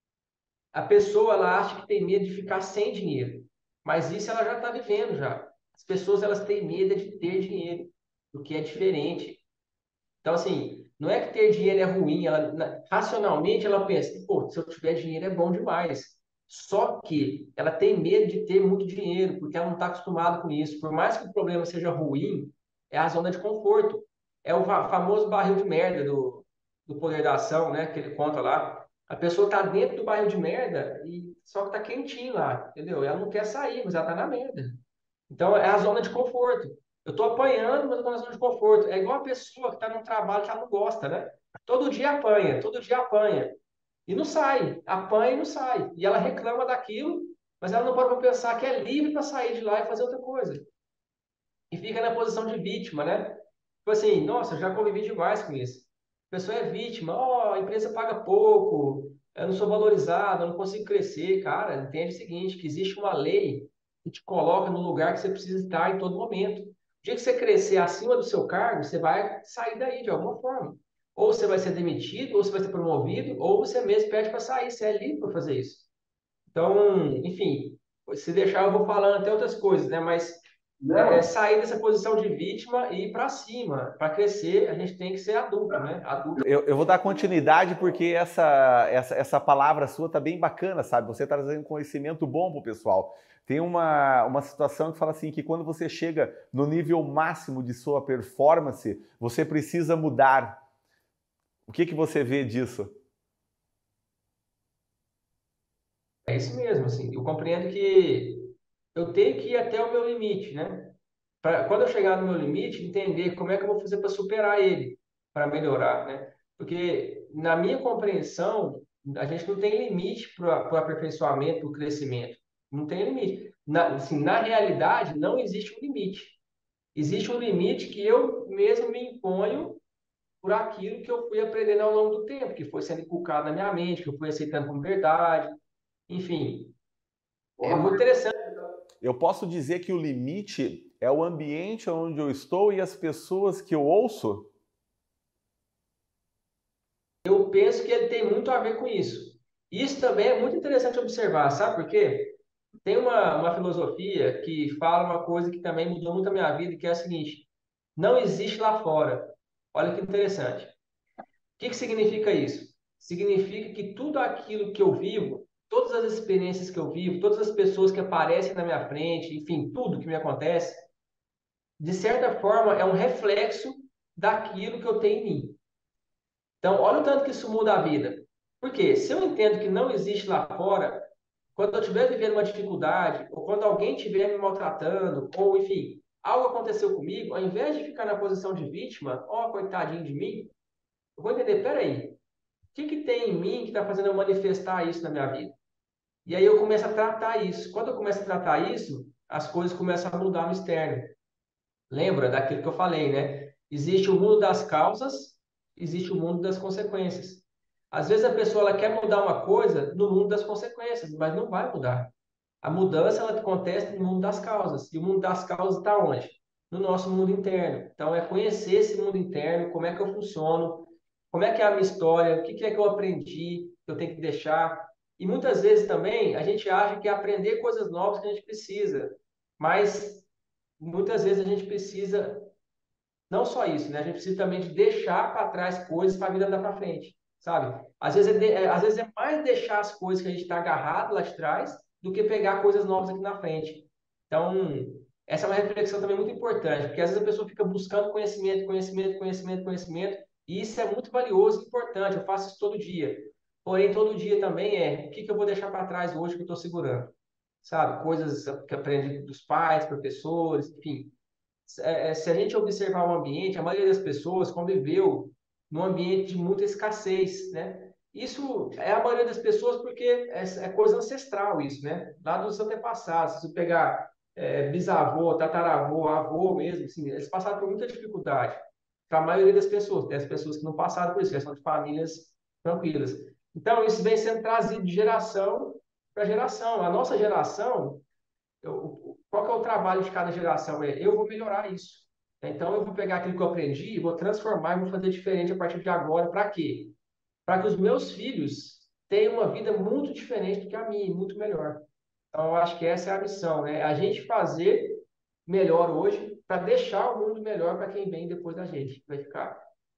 A pessoa ela acha que tem medo de ficar sem dinheiro, mas isso ela já está vivendo já. As pessoas elas têm medo de ter dinheiro, o que é diferente. Então, assim, não é que ter dinheiro é ruim, ela, na- racionalmente ela pensa, pô, se eu tiver dinheiro é bom demais. Só que ela tem medo de ter muito dinheiro, porque ela não está acostumada com isso. Por mais que o problema seja ruim, é a zona de conforto. É o fa- famoso barril de merda do, do Poder da Ação, né? Que ele conta lá. A pessoa está dentro do barril de merda e só que tá quentinho lá, entendeu? Ela não quer sair, mas ela tá na merda. Então, é a zona de conforto. Eu estou apanhando, mas eu estou na zona de conforto. É igual a pessoa que está num trabalho que ela não gosta, né? Todo dia apanha, todo dia apanha. E não sai. Apanha e não sai. E ela reclama daquilo, mas ela não pode pensar que é livre para sair de lá e fazer outra coisa. E fica na posição de vítima, né? Tipo assim, nossa, eu já convivi demais com isso. A pessoa é vítima, ó, a empresa paga pouco, eu não sou valorizado, eu não consigo crescer. Cara, entende o seguinte, que existe uma lei que te coloca no lugar que você precisa estar em todo momento. O dia que você crescer acima do seu cargo, você vai sair daí de alguma forma. Ou você vai ser demitido, ou você vai ser promovido, ou você mesmo pede para sair, você é livre para fazer isso. Então, enfim, se deixar eu vou falando até outras coisas, né? Mas é, é Não. sair dessa posição de vítima e ir para cima. Para crescer, a gente tem que ser adulto, né? Adulto. Eu, eu vou dar continuidade porque essa, essa, essa palavra sua tá bem bacana, sabe? Você está trazendo conhecimento bom pro pessoal. Tem uma, uma situação que fala assim que quando você chega no nível máximo de sua performance, você precisa mudar. O que que você vê disso? É isso mesmo, assim. Eu compreendo que eu tenho que ir até o meu limite, né? Pra, quando eu chegar no meu limite, entender como é que eu vou fazer para superar ele, para melhorar, né? Porque, na minha compreensão, a gente não tem limite para o aperfeiçoamento, para o crescimento. Não tem limite. Na, assim, na realidade, não existe um limite. Existe um limite que eu mesmo me imponho por aquilo que eu fui aprendendo ao longo do tempo, que foi sendo inculcado na minha mente, que eu fui aceitando como verdade. Enfim, é muito interessante. Eu posso dizer que o limite é o ambiente onde eu estou e as pessoas que eu ouço? Eu penso que ele tem muito a ver com isso. Isso também é muito interessante observar, sabe por quê? Tem uma, uma filosofia que fala uma coisa que também mudou muito a minha vida, que é a seguinte: não existe lá fora. Olha que interessante. O que que significa isso? Significa que tudo aquilo que eu vivo, todas as experiências que eu vivo, todas as pessoas que aparecem na minha frente, enfim, tudo que me acontece, de certa forma é um reflexo daquilo que eu tenho em mim. Então, olha o tanto que isso muda a vida. Porque se eu entendo que não existe lá fora, quando eu estiver vivendo uma dificuldade, ou quando alguém estiver me maltratando, ou enfim, algo aconteceu comigo, ao invés de ficar na posição de vítima, ó, oh, coitadinho de mim, eu vou entender, peraí, o que, que tem em mim que está fazendo eu manifestar isso na minha vida? E aí eu começo a tratar isso. Quando eu começo a tratar isso, as coisas começam a mudar no externo. Lembra daquilo que eu falei, né? Existe o mundo das causas, existe o mundo das consequências. Às vezes a pessoa ela quer mudar uma coisa no mundo das consequências, mas não vai mudar. A mudança ela acontece no mundo das causas. E o mundo das causas está onde? No nosso mundo interno. Então é conhecer esse mundo interno, como é que eu funciono, como é que é a minha história, o que que é que eu aprendi, que eu tenho que deixar. E muitas vezes também a gente acha que é aprender coisas novas que a gente precisa. Mas muitas vezes a gente precisa, não só isso, né? A gente precisa também de deixar para trás coisas para a vida andar para frente, sabe? Às vezes é, de- é- às vezes é mais deixar as coisas que a gente está agarrado lá de trás do que pegar coisas novas aqui na frente. Então, essa é uma reflexão também muito importante, porque às vezes a pessoa fica buscando conhecimento, conhecimento, conhecimento, conhecimento, e isso é muito valioso e importante. Eu faço isso todo dia. Porém, todo dia também é o que que eu vou deixar para trás hoje que eu estou segurando, sabe? Coisas que aprendi dos pais, professores, enfim. É, é, se a gente observar o ambiente, a maioria das pessoas conviveu num ambiente de muita escassez, né? Isso é a maioria das pessoas porque é, é coisa ancestral isso, né? Lá dos antepassados, se você pegar é, bisavô, tataravô, avô mesmo, assim, eles passaram por muita dificuldade. Para a maioria das pessoas, tem as pessoas que não passaram por isso, que são de famílias tranquilas. Então, isso vem sendo trazido de geração para geração. A nossa geração, eu, qual que é o trabalho de cada geração? É, eu vou melhorar isso. Então, eu vou pegar aquilo que eu aprendi, vou transformar e vou fazer diferente a partir de agora. Para quê? Para que os meus filhos tenham uma vida muito diferente do que a minha, muito melhor. Então, eu acho que essa é a missão, né? A gente fazer melhor hoje para deixar o mundo melhor para quem vem depois da gente. Vai ficar.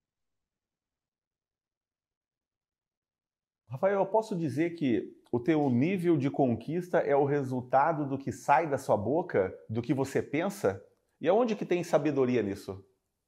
Rafael, eu posso dizer que o teu nível de conquista é o resultado do que sai da sua boca, do que você pensa? E aonde que tem sabedoria nisso?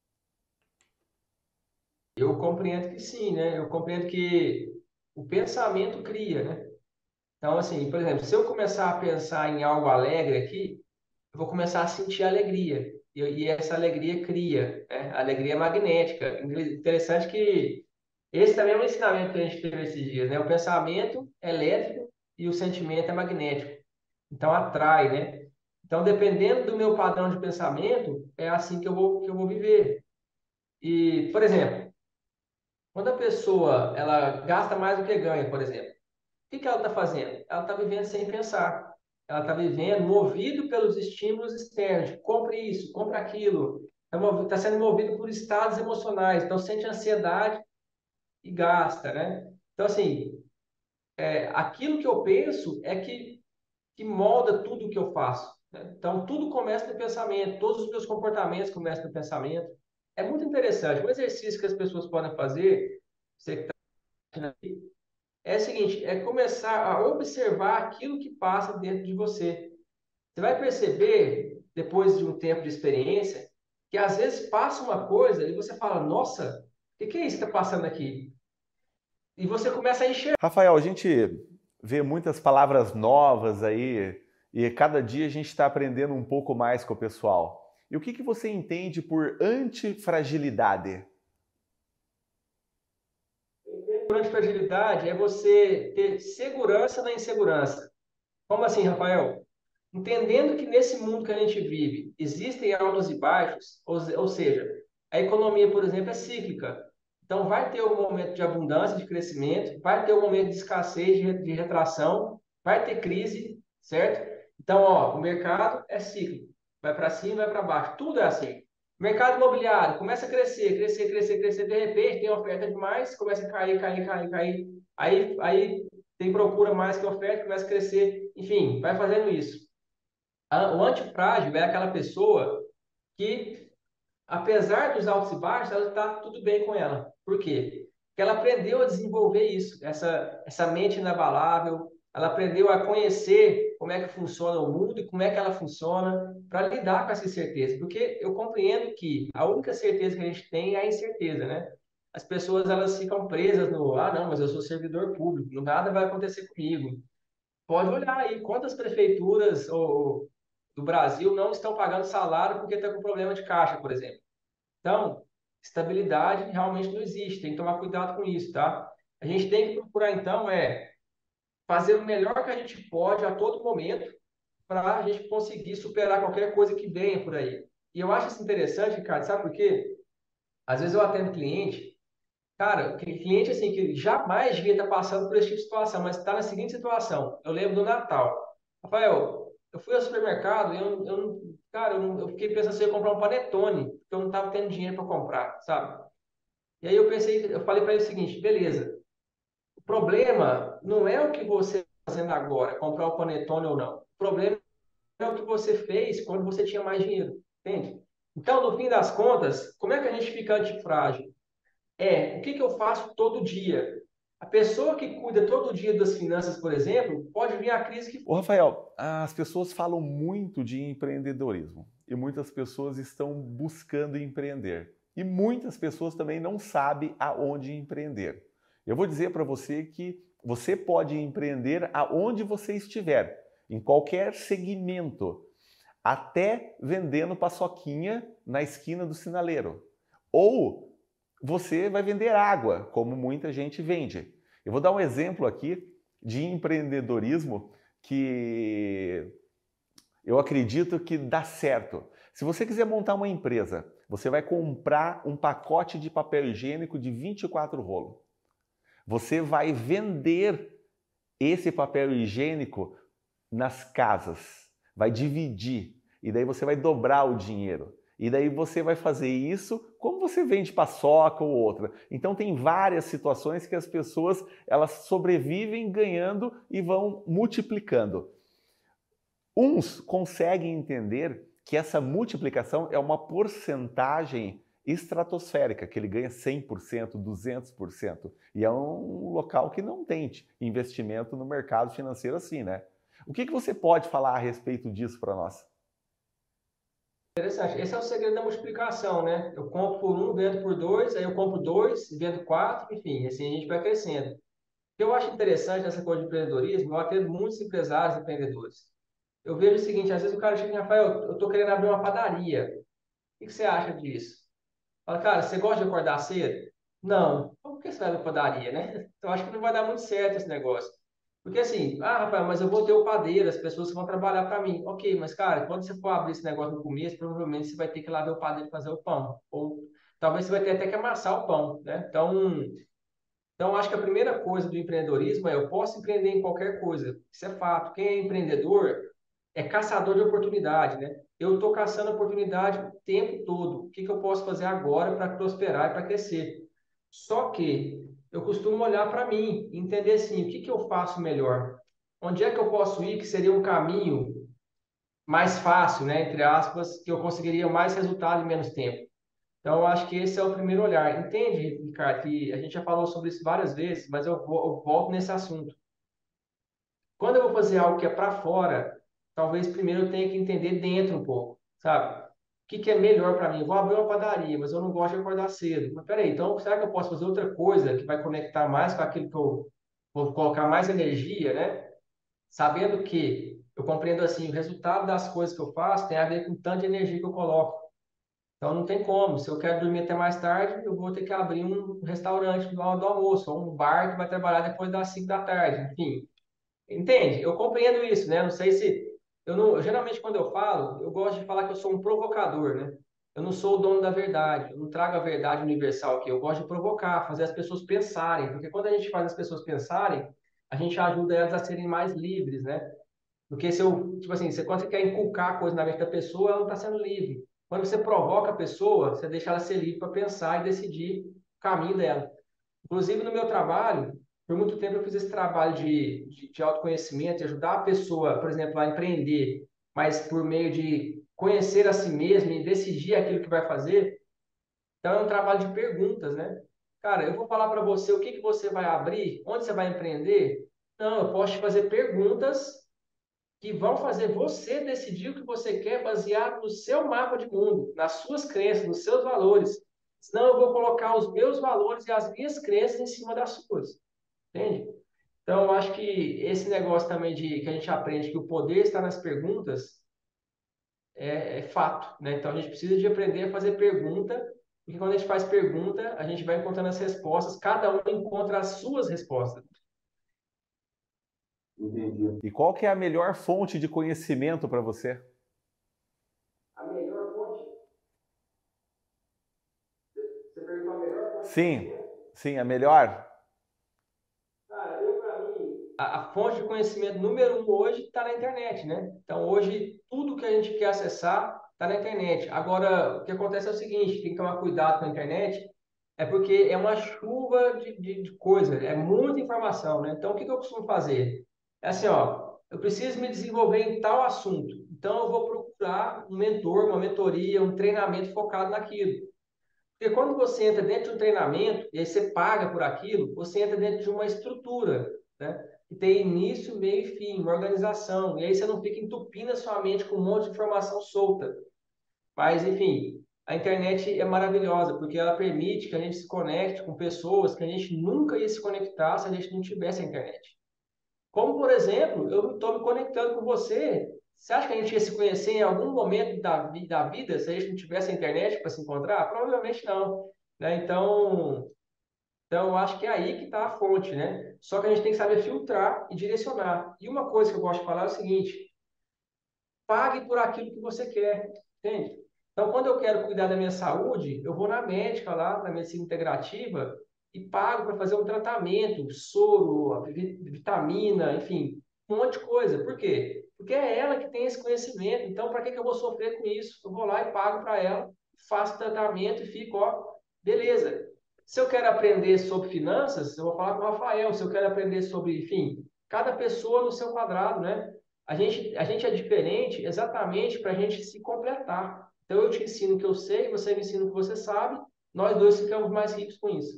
Eu compreendo que sim, né? Eu compreendo que o pensamento cria, né? Então, assim, por exemplo, se eu começar a pensar em algo alegre aqui, eu vou começar a sentir alegria. E, e essa alegria cria, né? A alegria é magnética. Interessante que esse também é um ensinamento que a gente teve esses dias, né? O pensamento é elétrico e o sentimento é magnético. Então, atrai, né? Então, dependendo do meu padrão de pensamento, é assim que eu vou, que eu vou viver. E, por exemplo, quando a pessoa ela gasta mais do que ganha, por exemplo, o que que ela está fazendo? Ela está vivendo sem pensar. Ela está vivendo movido pelos estímulos externos. Compre isso, compre aquilo. Está sendo movido por estados emocionais. Então, sente ansiedade e gasta, né? Então, assim, é, aquilo que eu penso é que, que molda tudo o que eu faço, né? Então, tudo começa no pensamento. Todos os meus comportamentos começam no pensamento. É muito interessante. Um exercício que as pessoas podem fazer, você que está aqui, é o seguinte, é começar a observar aquilo que passa dentro de você. Você vai perceber, depois de um tempo de experiência, que às vezes passa uma coisa e você fala, nossa, o que que é isso que está passando aqui? E você começa a enxergar. Rafael, a gente vê muitas palavras novas aí e cada dia a gente está aprendendo um pouco mais com o pessoal. E o que que você entende por antifragilidade? Durante fragilidade é você ter segurança na insegurança. Como assim, Rafael? Entendendo que nesse mundo que a gente vive existem altos e baixos, ou, ou seja, a economia, por exemplo, é cíclica. Então, vai ter um momento de abundância, de crescimento, vai ter um momento de escassez, de, de retração, vai ter crise, certo? Então, ó, o mercado é cíclico, vai para cima, vai para baixo, tudo é assim. Mercado imobiliário começa a crescer, crescer, crescer, crescer, de repente tem oferta demais, começa a cair, cair, cair, cair. Aí, aí tem procura mais que oferta, começa a crescer. Enfim, vai fazendo isso. O antifrágil é aquela pessoa que, apesar dos altos e baixos, ela está tudo bem com ela. Por quê? Porque ela aprendeu a desenvolver isso, essa, essa mente inabalável, ela aprendeu a conhecer como é que funciona o mundo e como é que ela funciona para lidar com essa incerteza. Porque eu compreendo que a única certeza que a gente tem é a incerteza, né? As pessoas elas ficam presas no, ah, não, mas eu sou servidor público, nada vai acontecer comigo. Pode olhar aí quantas prefeituras ou, do Brasil não estão pagando salário porque está com problema de caixa, por exemplo. Então, estabilidade realmente não existe, tem que tomar cuidado com isso, tá? A gente tem que procurar, então, é fazer o melhor que a gente pode a todo momento para a gente conseguir superar qualquer coisa que venha por aí. E eu acho isso interessante, Ricardo, sabe por quê? Às vezes eu atendo cliente, cara, cliente assim que jamais devia estar passando por esse tipo de situação, mas está na seguinte situação. Eu lembro do Natal. Rafael, eu fui ao supermercado e eu, eu não, cara, eu, não- eu fiquei pensando se eu ia comprar um panetone, porque eu não estava tendo dinheiro para comprar, sabe? E aí eu pensei, eu falei para ele o seguinte, beleza, o problema não é o que você está fazendo agora, comprar o panetone ou não. O problema é o que você fez quando você tinha mais dinheiro, entende? Então, no fim das contas, como é que a gente fica antifrágil? É, o que que eu faço todo dia? A pessoa que cuida todo dia das finanças, por exemplo, pode vir a crise que. Ô Rafael, as pessoas falam muito de empreendedorismo e muitas pessoas estão buscando empreender. E muitas pessoas também não sabem aonde empreender. Eu vou dizer para você que você pode empreender aonde você estiver, em qualquer segmento, até vendendo paçoquinha na esquina do sinaleiro. Ou você vai vender água, como muita gente vende. Eu vou dar um exemplo aqui de empreendedorismo que eu acredito que dá certo. Se você quiser montar uma empresa, você vai comprar um pacote de papel higiênico de vinte e quatro rolos. Você vai vender esse papel higiênico nas casas, vai dividir, e daí você vai dobrar o dinheiro. E daí você vai fazer isso como você vende paçoca ou outra. Então tem várias situações que as pessoas elas sobrevivem ganhando e vão multiplicando. Uns conseguem entender que essa multiplicação é uma porcentagem estratosférica, que ele ganha cem por cento, duzentos por cento. E é um local que não tem investimento no mercado financeiro assim, né? O que, que você pode falar a respeito disso para nós? Interessante. Esse é o segredo da multiplicação, né? Eu compro por um, vendo por dois, aí eu compro dois, vendo quatro, enfim, assim a gente vai crescendo. O que eu acho interessante nessa coisa de empreendedorismo, eu atendo muitos empresários e empreendedores. Eu vejo o seguinte, às vezes o cara chega e fala, Rafael, eu estou querendo abrir uma padaria. O que que você acha disso? Fala, cara, você gosta de acordar cedo? Não. Então, por que você vai na padaria, né? Então, acho que não vai dar muito certo esse negócio. Porque assim, ah, Rafael, mas eu vou ter o padeiro, as pessoas que vão trabalhar para mim. Ok, mas cara, quando você for abrir esse negócio no começo, provavelmente você vai ter que ir lá ver o padeiro fazer o pão. Ou talvez você vai ter até que amassar o pão, né? Então, então, acho que a primeira coisa do empreendedorismo é eu posso empreender em qualquer coisa. Isso é fato. Quem é empreendedor é caçador de oportunidade, né? Eu estou caçando oportunidade o tempo todo. O que que eu posso fazer agora para prosperar e para crescer? Só que eu costumo olhar para mim, e entender assim, o que que eu faço melhor? Onde é que eu posso ir que seria um caminho mais fácil, né? Entre aspas, que eu conseguiria mais resultado em menos tempo. Então, eu acho que esse é o primeiro olhar. Entende, Ricardo, que a gente já falou sobre isso várias vezes, mas eu, vou- eu volto nesse assunto. Quando eu vou fazer algo que é para fora, talvez primeiro eu tenha que entender dentro um pouco, sabe? O que que é melhor para mim? Eu vou abrir uma padaria, mas eu não gosto de acordar cedo. Mas peraí, então será que eu posso fazer outra coisa que vai conectar mais com aquilo que eu vou colocar mais energia, né? Sabendo que eu compreendo assim, o resultado das coisas que eu faço tem a ver com o tanto de energia que eu coloco. Então não tem como. Se eu quero dormir até mais tarde, eu vou ter que abrir um restaurante do, do almoço, ou um bar que vai trabalhar depois das cinco da tarde. Enfim, entende? Eu compreendo isso, né? Não sei se eu não, geralmente quando eu falo, eu gosto de falar que eu sou um provocador, né? Eu não sou o dono da verdade, eu não trago a verdade universal aqui. Eu gosto de provocar, fazer as pessoas pensarem, porque quando a gente faz as pessoas pensarem, a gente ajuda elas a serem mais livres, né? Porque se eu, tipo assim, você, quando você quer inculcar coisa na mente da pessoa, ela não está sendo livre. Quando você provoca a pessoa, você deixa ela ser livre para pensar e decidir o caminho dela. Inclusive, no meu trabalho, por muito tempo eu fiz esse trabalho de, de, de autoconhecimento, de ajudar a pessoa, por exemplo, a empreender, mas por meio de conhecer a si mesmo e decidir aquilo que vai fazer. Então, é um trabalho de perguntas, né? Cara, eu vou falar para você o que que você vai abrir, onde você vai empreender. Não, eu posso te fazer perguntas que vão fazer você decidir o que você quer baseado no seu mapa de mundo, nas suas crenças, nos seus valores. Senão eu vou colocar os meus valores e as minhas crenças em cima das suas, entende? Então, eu acho que esse negócio também de que a gente aprende que o poder está nas perguntas é, é fato, né? Então, a gente precisa de aprender a fazer pergunta, porque quando a gente faz pergunta, a gente vai encontrando as respostas, cada um encontra as suas respostas. Entendi. E qual que é a melhor fonte de conhecimento para você? A melhor fonte? Você perguntou a melhor fonte? Sim, sim, a melhor. Cara, eu, pra mim, a, a fonte de conhecimento número um hoje está na internet, né? Então, hoje, tudo que a gente quer acessar está na internet. Agora, o que acontece é o seguinte, tem que tomar cuidado com a internet, é porque é uma chuva de, de, de coisa, é muita informação, né? Então, o que que eu costumo fazer? É assim, ó, eu preciso me desenvolver em tal assunto. Então, eu vou procurar um mentor, uma mentoria, um treinamento focado naquilo. Porque quando você entra dentro de um treinamento, e aí você paga por aquilo, você entra dentro de uma estrutura, né? Que tem início, meio e fim, uma organização. E aí você não fica entupindo a sua mente com um monte de informação solta. Mas, enfim, a internet é maravilhosa, porque ela permite que a gente se conecte com pessoas que a gente nunca ia se conectar se a gente não tivesse a internet. Como, por exemplo, eu estou me conectando com você. Você acha que a gente ia se conhecer em algum momento da, vi- da vida se a gente não tivesse a internet para se encontrar? Provavelmente não. Né? Então, então, eu acho que é aí que está a fonte, né? Só que a gente tem que saber filtrar e direcionar. E uma coisa que eu gosto de falar é o seguinte: pague por aquilo que você quer, entende? Então, quando eu quero cuidar da minha saúde, eu vou na médica lá, na medicina integrativa, e pago para fazer um tratamento, soro, vi- vitamina, enfim, um monte de coisa. Por quê? Porque é ela que tem esse conhecimento. Então, para que que eu vou sofrer com isso? Eu vou lá e pago para ela, faço tratamento e fico, ó, beleza. Se eu quero aprender sobre finanças, eu vou falar com o Rafael. Se eu quero aprender sobre, enfim, cada pessoa no seu quadrado, né? A gente, a gente é diferente exatamente para a gente se completar. Então, eu te ensino o que eu sei, você me ensina o que você sabe, nós dois ficamos mais ricos com isso.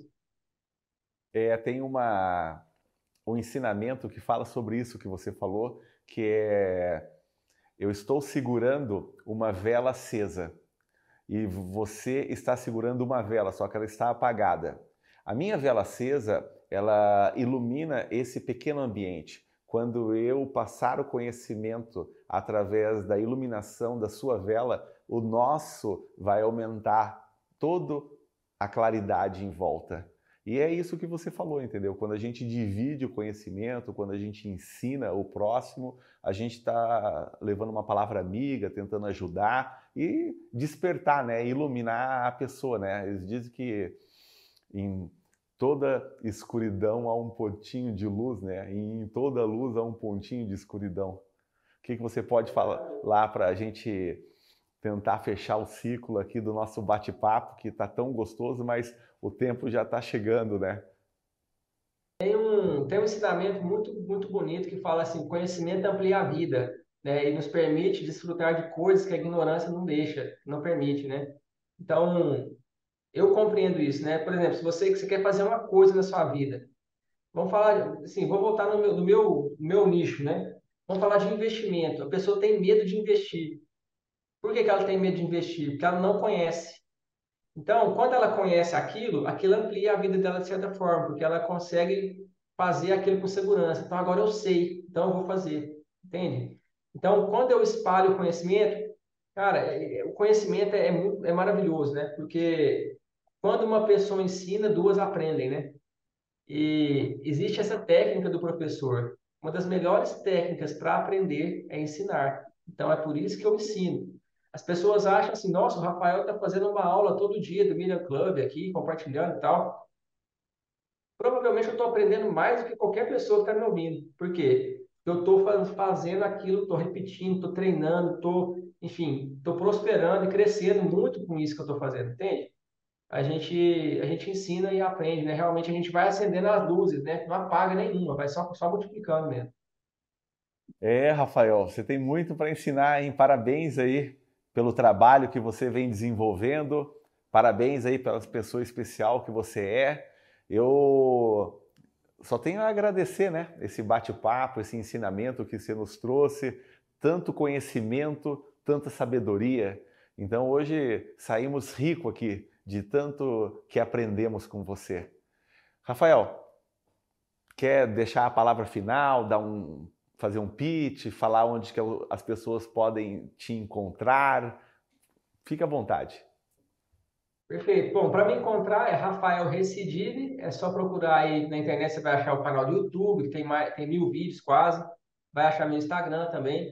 É, tem uma, um ensinamento que fala sobre isso que você falou, que é: eu estou segurando uma vela acesa e você está segurando uma vela, só que ela está apagada. A minha vela acesa, ela ilumina esse pequeno ambiente. Quando eu passar o conhecimento através da iluminação da sua vela, o nosso vai aumentar toda a claridade em volta. E é isso que você falou, entendeu? Quando a gente divide o conhecimento, quando a gente ensina o próximo, a gente está levando uma palavra amiga, tentando ajudar e despertar, né? Iluminar a pessoa, né? Eles dizem que em toda escuridão há um pontinho de luz, né? E em toda luz há um pontinho de escuridão. O que, que você pode falar lá para a gente tentar fechar o ciclo aqui do nosso bate-papo, que está tão gostoso, mas o tempo já está chegando, né? Tem um, tem um ensinamento muito, muito bonito que fala assim: conhecimento amplia a vida, né? E nos permite desfrutar de coisas que a ignorância não deixa, não permite, né? Então, eu compreendo isso, né? Por exemplo, se você, você quer fazer uma coisa na sua vida, vamos falar, assim, vou voltar no meu, no meu, no meu nicho, né? Vamos falar de investimento. A pessoa tem medo de investir. Por que que ela tem medo de investir? Porque ela não conhece. Então, quando ela conhece aquilo, aquilo amplia a vida dela de certa forma, porque ela consegue fazer aquilo com segurança. Então, agora eu sei, então eu vou fazer. Entende? Então, quando eu espalho o conhecimento, cara, é- é- o conhecimento é, é muito, é maravilhoso, né? Porque quando uma pessoa ensina, duas aprendem, né? E existe essa técnica do professor. Uma das melhores técnicas para aprender é ensinar. Então, é por isso que eu ensino. As pessoas acham assim: nossa, o Rafael está fazendo uma aula todo dia do Media Club aqui, compartilhando e tal. Provavelmente eu estou aprendendo mais do que qualquer pessoa que está me ouvindo. Por quê? Eu estou fazendo aquilo, estou repetindo, estou treinando, estou, enfim, estou prosperando e crescendo muito com isso que eu estou fazendo, entende? A gente, a gente ensina e aprende, né? Realmente a gente vai acendendo as luzes, né? Não apaga nenhuma, vai só, só multiplicando mesmo. É, Rafael, você tem muito para ensinar, hein? Parabéns aí pelo trabalho que você vem desenvolvendo. Parabéns aí pela pessoa especial que você é. Eu só tenho a agradecer, né? Esse bate-papo, esse ensinamento que você nos trouxe, tanto conhecimento, tanta sabedoria. Então hoje saímos rico aqui de tanto que aprendemos com você. Rafael, quer deixar a palavra final, dar um, fazer um pitch, falar onde que as pessoas podem te encontrar? Fique à vontade. Perfeito. Bom, para me encontrar é Rafael Recidive, é só procurar aí na internet, você vai achar o canal do YouTube, que tem, mais, tem mil vídeos quase, vai achar meu Instagram também.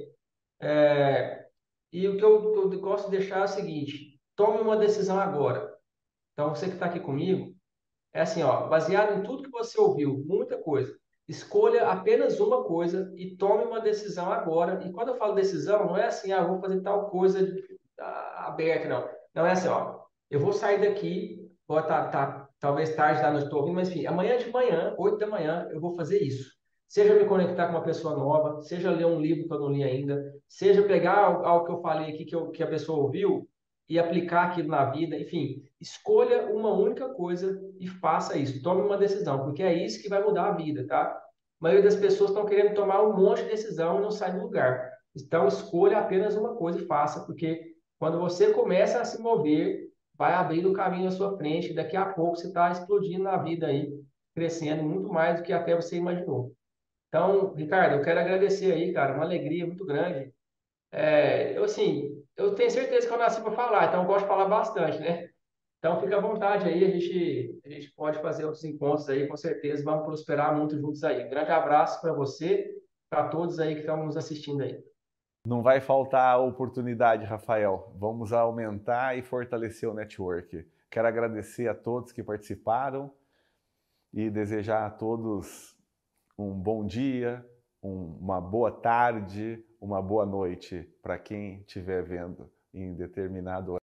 É, e o que eu, eu gosto de deixar é o seguinte: tome uma decisão agora. Então, você que está aqui comigo, é assim, ó, baseado em tudo que você ouviu, muita coisa. Escolha apenas uma coisa e tome uma decisão agora. E quando eu falo decisão, não é assim, ah, eu vou fazer tal coisa ah, aberta, não. Não é assim, ó, eu vou sair daqui, vou tá, tá, talvez tarde da noite, estou ouvindo, mas enfim, amanhã de manhã, oito da manhã, eu vou fazer isso. Seja me conectar com uma pessoa nova, seja ler um livro que eu não li ainda, seja pegar algo, algo que eu falei aqui que, eu, que a pessoa ouviu e aplicar aquilo na vida, enfim, escolha uma única coisa e faça isso. Tome uma decisão, porque é isso que vai mudar a vida, tá? A maioria das pessoas estão querendo tomar um monte de decisão e não sai do lugar. Então, escolha apenas uma coisa e faça, porque Quando você começa a se mover, vai abrindo o caminho à sua frente, e daqui a pouco você está explodindo na vida aí, crescendo muito mais do que até você imaginou. Então, Ricardo, eu quero agradecer aí, cara, uma alegria muito grande. É, eu, assim, eu tenho certeza que eu nasci para falar, então eu gosto de falar bastante, né? Então, fica à vontade aí, a gente, a gente pode fazer outros encontros aí, com certeza, vamos prosperar muito juntos aí. Um grande abraço para você, para todos aí que estão nos assistindo aí. Não vai faltar oportunidade, Rafael. Vamos aumentar e fortalecer o network. Quero agradecer a todos que participaram e desejar a todos um bom dia, um- uma boa tarde, uma boa noite para quem estiver vendo em determinado